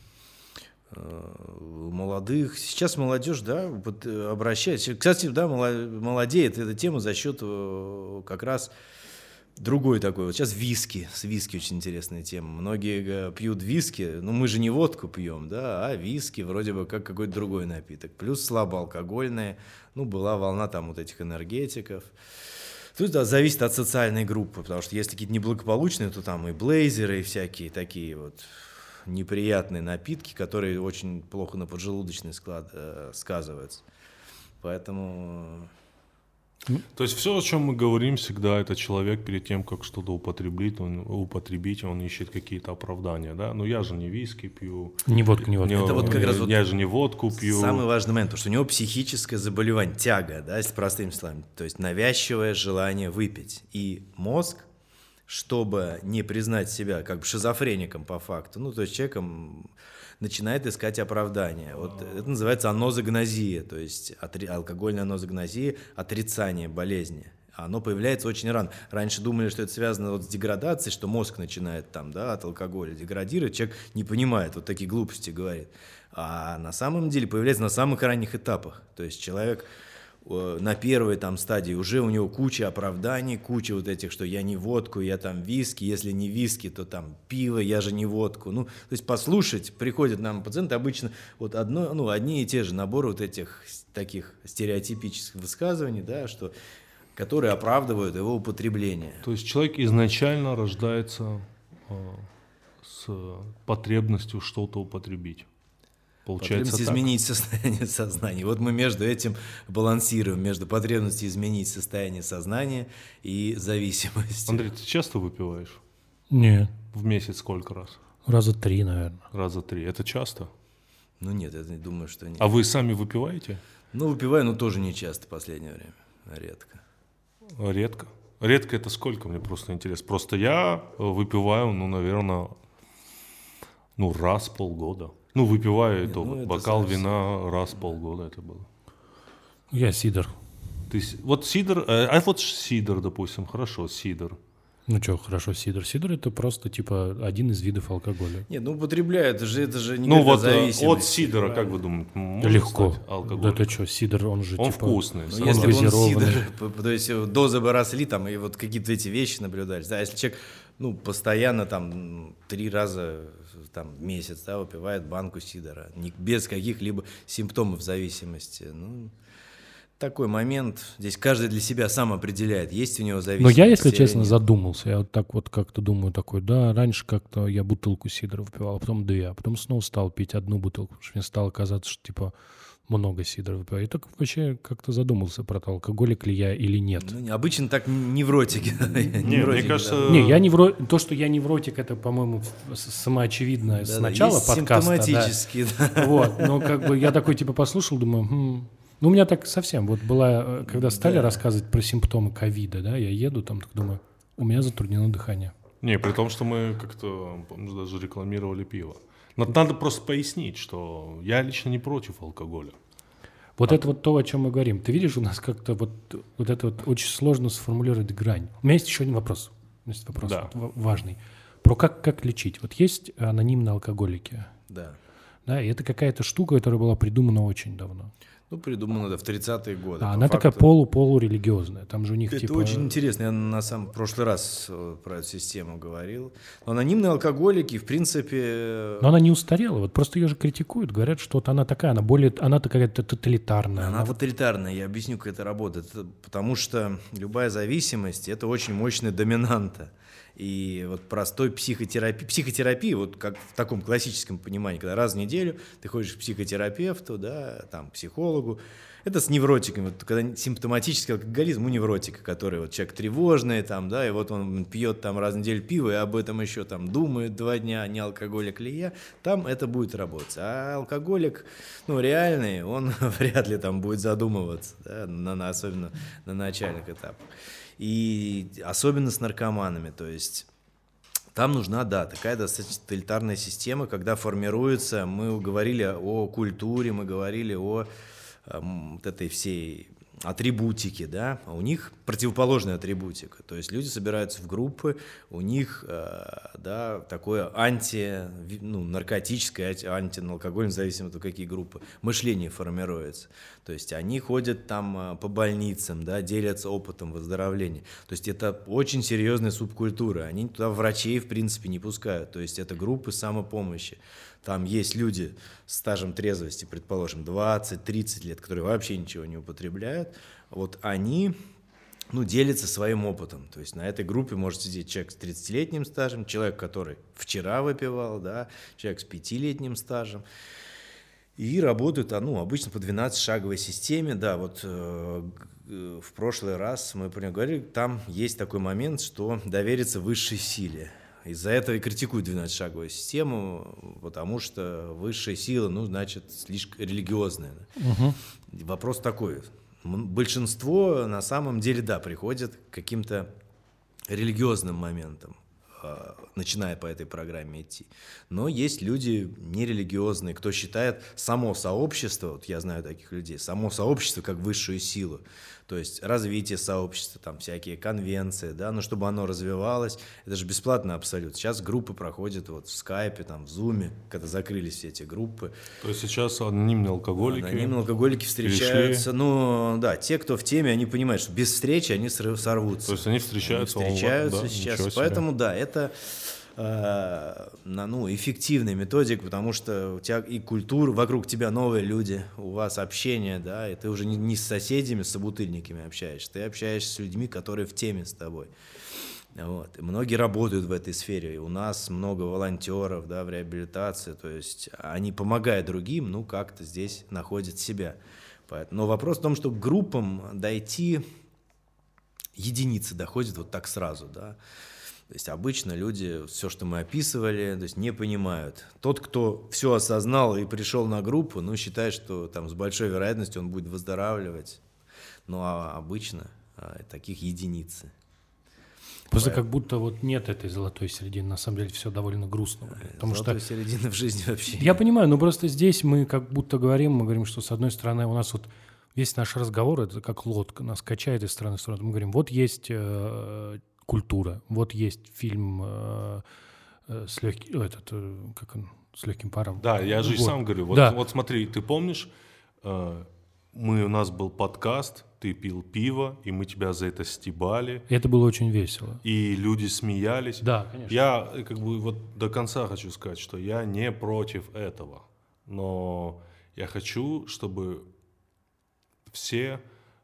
Молодых, сейчас молодежь, да, обращается. Кстати, да, молодеет эта тема за счет как раз другой такой. Вот сейчас виски, с виски очень интересная тема. Многие пьют виски, ну мы же не водку пьем, да, а виски вроде бы как какой-то другой напиток. Плюс слабоалкогольные, ну была волна там вот этих энергетиков. Тут, да, зависит от социальной группы, потому что если какие-то неблагополучные, то там и блейзеры, и всякие такие вот неприятные напитки, которые очень плохо на поджелудочной сказываются. Поэтому... То есть все, о чем мы говорим всегда, это человек перед тем, как что-то употребить, он ищет какие-то оправдания, да? Ну я же не виски пью. Не водку, не водку. Это вот как раз я же не водку пью. Самый важный момент, потому что у него психическое заболевание, тяга, да, если простыми словами. То есть навязчивое желание выпить. И мозг, чтобы не признать себя как бы шизофреником по факту, ну то есть человеком начинает искать оправдания. Вот это называется анозогнозия, то есть алкогольная анозогнозия, отрицание болезни. Оно появляется очень рано. Раньше думали, что это связано вот с деградацией, что мозг начинает там, да, от алкоголя деградировать, человек не понимает, вот такие глупости говорит. А на самом деле появляется на самых ранних этапах. То есть человек на первой там стадии уже у него куча оправданий, куча вот этих, что я не водку, я там виски, если не виски, то там пиво, я же не водку. Ну, то есть послушать, приходят нам пациенты обычно вот одни и те же наборы вот этих таких стереотипических высказываний, да, что, которые оправдывают его употребление. То есть человек изначально рождается с потребностью что-то употребить. Потребность изменить состояние сознания. Вот мы между этим балансируем, между потребностью изменить состояние сознания и зависимостью. Андрей, ты часто выпиваешь? Нет. В месяц сколько раз? Раза 3, наверное. Раза 3. Это часто? Ну нет, я думаю, что нет. А вы сами выпиваете? Ну, выпиваю, но тоже не часто в последнее время. Редко. Редко? Редко это сколько, мне просто интересно. Просто я выпиваю, ну, наверное, раз в полгода. Ну, выпиваю бокал вина раз в полгода это было. Я сидр. Вот сидр, сидр, допустим, хорошо, сидр. Ну что, хорошо, сидр. Сидр — это просто, типа, один из видов алкоголя. Нет, употребляют, это же не зависимость. От сидра, как вы думаете, легко. Алкоголь? Да ты что, сидр, он же, он типа... вкусный. Ну, если бы он сидр, то есть дозы бы росли, там, и вот какие-то эти вещи наблюдались. Да, если человек, постоянно там 3 раза там, в месяц, да, выпивает банку сидра, без каких-либо симптомов зависимости, такой момент. Здесь каждый для себя сам определяет, есть у него зависимость. Но я, если честно, задумался. Я вот так вот как-то думаю такой, да, раньше как-то я бутылку сидра выпивал, а потом 2, а потом снова стал пить 1 бутылку, потому что мне стало казаться, что типа много сидра выпиваю. И так вообще как-то задумался про то, алкоголик ли я или нет. Обычно так невротики. Мне кажется... Не, я невротик. То, что я невротик, это, по-моему, самоочевидно с начала подкаста. Симптоматически, да. Вот, но как бы я такой типа послушал, думаю... у меня так совсем. Вот была, когда стали рассказывать про симптомы ковида, да, я еду там, так думаю, у меня затруднено дыхание. Не, при том, что мы как-то, помню, даже рекламировали пиво. Но надо просто пояснить, что я лично не против алкоголя. Вот это вот то, о чем мы говорим. Ты видишь, у нас как-то вот это вот очень сложно сформулировать грань. У меня есть еще один вопрос. Есть вопрос да. важный. Про как лечить. Вот есть анонимные алкоголики. Да. Да, и это какая-то штука, которая была придумана очень давно. Придумано, в 30-е годы. Она такая полурелигиозная. Там же у них это очень интересно. Я в прошлый раз про эту систему говорил. Но анонимные алкоголики, в принципе... Но она не устарела. Вот просто ее же критикуют. Говорят, что вот она такая, она такая тоталитарная. Она тоталитарная. Я объясню, как это работает. Потому что любая зависимость – это очень мощная доминанта. И вот простой психотерапия, вот как в таком классическом понимании, когда раз в неделю ты ходишь к психотерапевту, да, там, к психологу, Это с невротиками. Вот когда симптоматический алкоголизм у невротика, который вот человек тревожный, там, да, и вот он пьет там раз в неделю пиво, и об этом еще там думает 2 дня, не алкоголик ли я, там это будет работать. А алкоголик, ну, реальный, он вряд ли там будет задумываться, да, особенно на начальных этапах. И особенно с наркоманами, то есть там нужна, да, такая достаточно тоталитарная система, когда формируется, мы говорили о культуре, мы говорили о вот этой всей атрибутике, да, а у них противоположная атрибутика, то есть люди собираются в группы, у них, да, такое наркотическое, антиалкогольное, зависимо от того, какие группы, мышление формируется, то есть они ходят там по больницам, да, делятся опытом выздоровления, то есть это очень серьезная субкультура, они туда врачей, в принципе, не пускают, то есть это группы самопомощи. Там есть люди с стажем трезвости, предположим, 20-30 лет, которые вообще ничего не употребляют. Вот они, делятся своим опытом. То есть на этой группе может сидеть человек с 30-летним стажем, человек, который вчера выпивал, да, человек с 5-летним стажем. И работают, обычно по 12-шаговой системе. Да, вот в прошлый раз мы про него говорили, там есть такой момент, что довериться высшей силе. Из-за этого и критикуют 12-шаговую систему, потому что высшая сила, значит, слишком религиозная. Угу. Вопрос такой. Большинство на самом деле, да, приходят к каким-то религиозным моментам, начиная по этой программе идти. Но есть люди нерелигиозные, кто считает само сообщество, вот я знаю таких людей, само сообщество как высшую силу. То есть развитие сообщества, там всякие конвенции, да, но чтобы оно развивалось, это же бесплатно абсолютно. Сейчас группы проходят вот в скайпе, там, в зуме, когда закрылись все эти группы. То есть сейчас анонимные алкоголики? Анонимные алкоголики встречаются. Перешли. Ну, да, те, кто в теме, они понимают, что без встречи они сорвутся. То есть они встречаются? Они встречаются сейчас. Поэтому, да, это эффективная методика, потому что у тебя и культура, вокруг тебя новые люди, у вас общение, да, и ты уже не с соседями, с собутыльниками общаешься, ты общаешься с людьми, которые в теме с тобой. Вот. И многие работают в этой сфере, и у нас много волонтеров, да, в реабилитации, то есть они помогают другим, как-то здесь находят себя. Но вопрос в том, что к группам дойти единицы доходят вот так сразу, да. То есть обычно люди, все, что мы описывали, то есть не понимают. Тот, кто все осознал и пришел на группу, считает, что там с большой вероятностью он будет выздоравливать. А обычно таких единицы. Просто как будто вот нет этой золотой середины. На самом деле все довольно грустно. Золотой середины в жизни вообще. Я понимаю, но просто здесь мы как будто говорим, что с одной стороны у нас вот весь наш разговор, это как лодка, нас качает из стороны в сторону. Мы говорим, вот есть культура, вот есть фильм с легким паром. Да, я же сам говорю. Вот смотри, ты помнишь, у нас был подкаст, ты пил пиво, и мы тебя за это стебали. И это было очень весело. И люди смеялись. Да, конечно. Я вот до конца хочу сказать, что я не против этого. Но я хочу, чтобы все...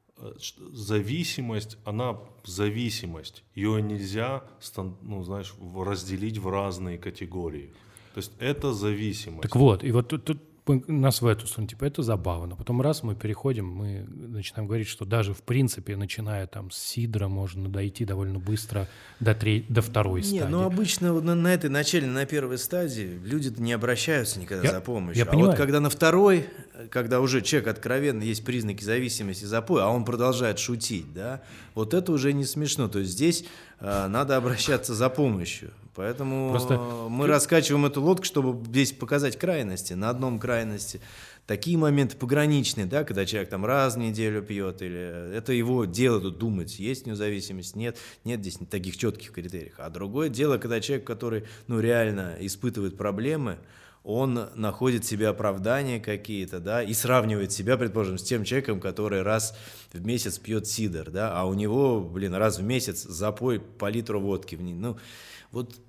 Зависимость, она зависимость. Ее нельзя, разделить в разные категории. То есть это зависимость. Так вот, и вот тут нас в эту сторону, это забавно. Потом раз мы переходим, мы начинаем говорить, что даже в принципе, начиная там с сидра, можно дойти довольно быстро до второй стадии. Обычно на этой начальной, на первой стадии люди-то не обращаются никогда за помощью. Понимаю. Вот когда на второй, когда уже человек откровенно есть признаки зависимости, запоя, а он продолжает шутить, да, вот это уже не смешно. То есть здесь надо обращаться за помощью. Поэтому мы раскачиваем эту лодку, чтобы здесь показать крайности. На одном крайности такие моменты пограничные, да, когда человек там раз в неделю пьет, или это его дело тут думать, есть у него зависимость, нет здесь таких четких критериев. А другое дело, когда человек, который реально испытывает проблемы, он находит себе оправдания какие-то, да, и сравнивает себя, предположим, с тем человеком, который раз в месяц пьет сидр, да, а у него, раз в месяц запой по литру водки. Вот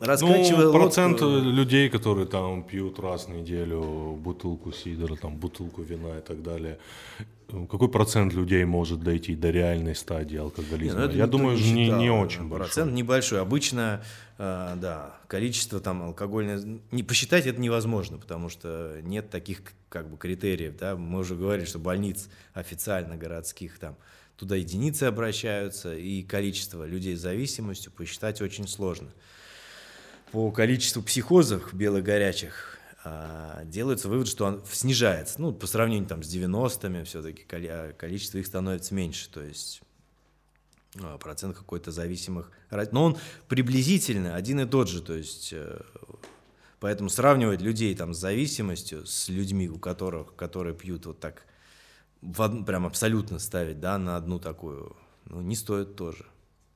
Раскачивая лодку. Процент людей, которые там пьют раз в неделю бутылку сидра, там, бутылку вина и так далее, какой процент людей может дойти до реальной стадии алкоголизма? Я думаю, не очень большой. Процент небольшой. Обычно, да, количество там алкогольное... Не посчитать это невозможно, потому что нет таких как бы критериев. Да? Мы уже говорили, что больниц официально городских там туда единицы обращаются, и количество людей с зависимостью посчитать очень сложно. По количеству психозов белых горячих делается вывод, что он снижается. Ну, по сравнению там, с 90-ми все-таки количество их становится меньше. То есть процент какой-то зависимых. Но он приблизительно один и тот же. То есть, поэтому сравнивать людей там, с зависимостью с людьми, которые пьют вот так, прям абсолютно ставить, да, на одну такую, не стоит тоже.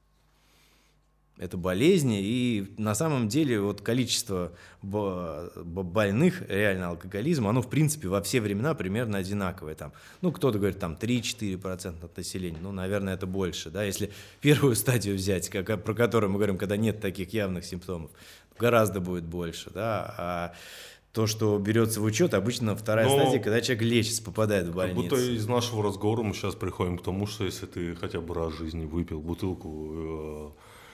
Это болезни, и на самом деле вот количество больных реально алкоголизмом, оно в принципе во все времена примерно одинаковое. Там, кто-то говорит, там 3-4% от населения, наверное, это больше. Да? Если первую стадию взять, про которую мы говорим, когда нет таких явных симптомов, гораздо будет больше. Да? А то, что берется в учет, обычно вторая стадия, когда человек лечится, попадает в больницу. Как будто из нашего разговора мы сейчас приходим к тому, что если ты хотя бы раз в жизни выпил бутылку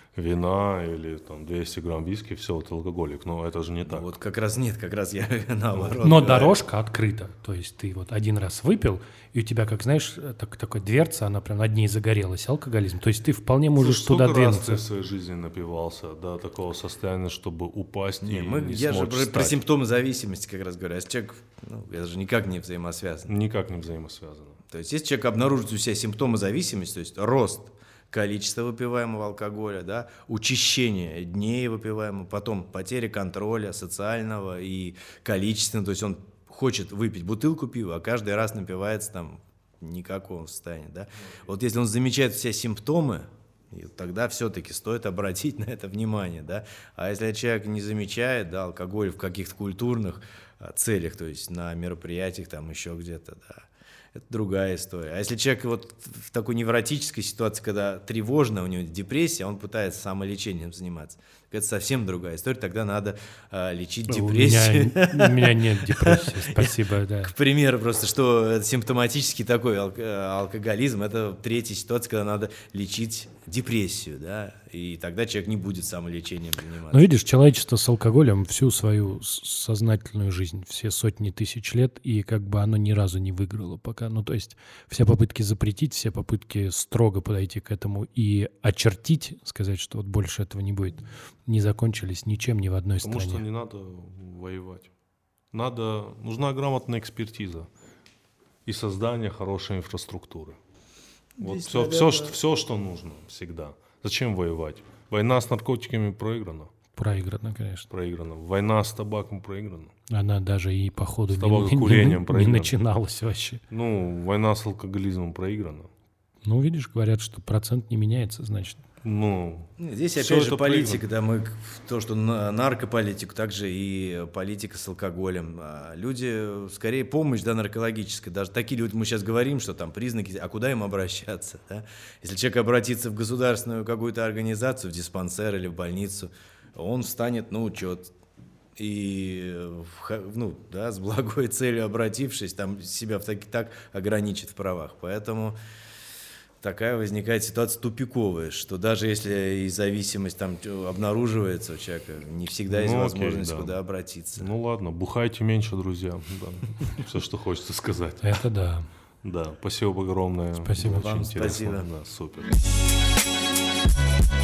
вина или там 200 грамм виски, все, это алкоголик. Но это же не так. Вот как раз нет, как раз я наоборот. Но дорожка открыта. То есть ты вот один раз выпил, и у тебя, как знаешь, такой дверца, она прям над ней загорелась, алкоголизм. То есть ты вполне можешь туда двинуться. Сколько раз ты в своей жизни напивался до такого состояния, чтобы упасть и не я же смочь про симптомы зависимости как раз говорю. А если человек, это же никак не взаимосвязано. Никак не взаимосвязано. То есть если человек обнаружит у себя симптомы зависимости, то есть рост количество выпиваемого алкоголя, да, учащение дней выпиваемого, потом потеря контроля социального и количественного, то есть он хочет выпить бутылку пива, а каждый раз напивается там никакого состояния, да. Вот если он замечает все симптомы, тогда все-таки стоит обратить на это внимание, да. А если человек не замечает, да, алкоголь в каких-то культурных целях, то есть на мероприятиях, там еще где-то, да, это другая история. А если человек вот в такой невротической ситуации, когда тревожно, у него депрессия, он пытается самолечением заниматься, это совсем другая история. Тогда надо лечить депрессию. У меня нет депрессии, спасибо. Да. К примеру, просто что симптоматический такой алкоголизм, это третья ситуация, когда надо лечить депрессию, да, и тогда человек не будет самолечением заниматься. Ну, видишь, человечество с алкоголем всю свою сознательную жизнь, все сотни тысяч лет, и как бы оно ни разу не выиграло пока. Ну, то есть все попытки запретить, все попытки строго подойти к этому и очертить, сказать, что вот больше этого не будет, не закончились ничем ни в одной стране. Потому что не надо воевать. Нужна грамотная экспертиза и создание хорошей инфраструктуры. Вот все, что нужно всегда. Зачем воевать? Война с наркотиками проиграна. Проиграна, конечно. Проиграна. Война с табаком проиграна. Она даже и по ходу не начиналась вообще. Война с алкоголизмом проиграна. Видишь, говорят, что процент не меняется, значит. Здесь опять же политика, да, то, что наркополитику, также и политика с алкоголем. Люди, скорее, помощь, да, наркологическая. Даже такие люди, мы сейчас говорим, что там признаки, а куда им обращаться, да? Если человек обратится в государственную какую-то организацию, в диспансер или в больницу, он встанет на учет. И, с благой целью обратившись, там себя так ограничит в правах. Поэтому такая возникает ситуация тупиковая, что даже если и зависимость там обнаруживается у человека, не всегда есть возможность куда обратиться. Ладно, бухайте меньше, друзья. Да. Все, что хочется сказать. Это да. Да, спасибо огромное. Спасибо вам. Спасибо. Да, супер.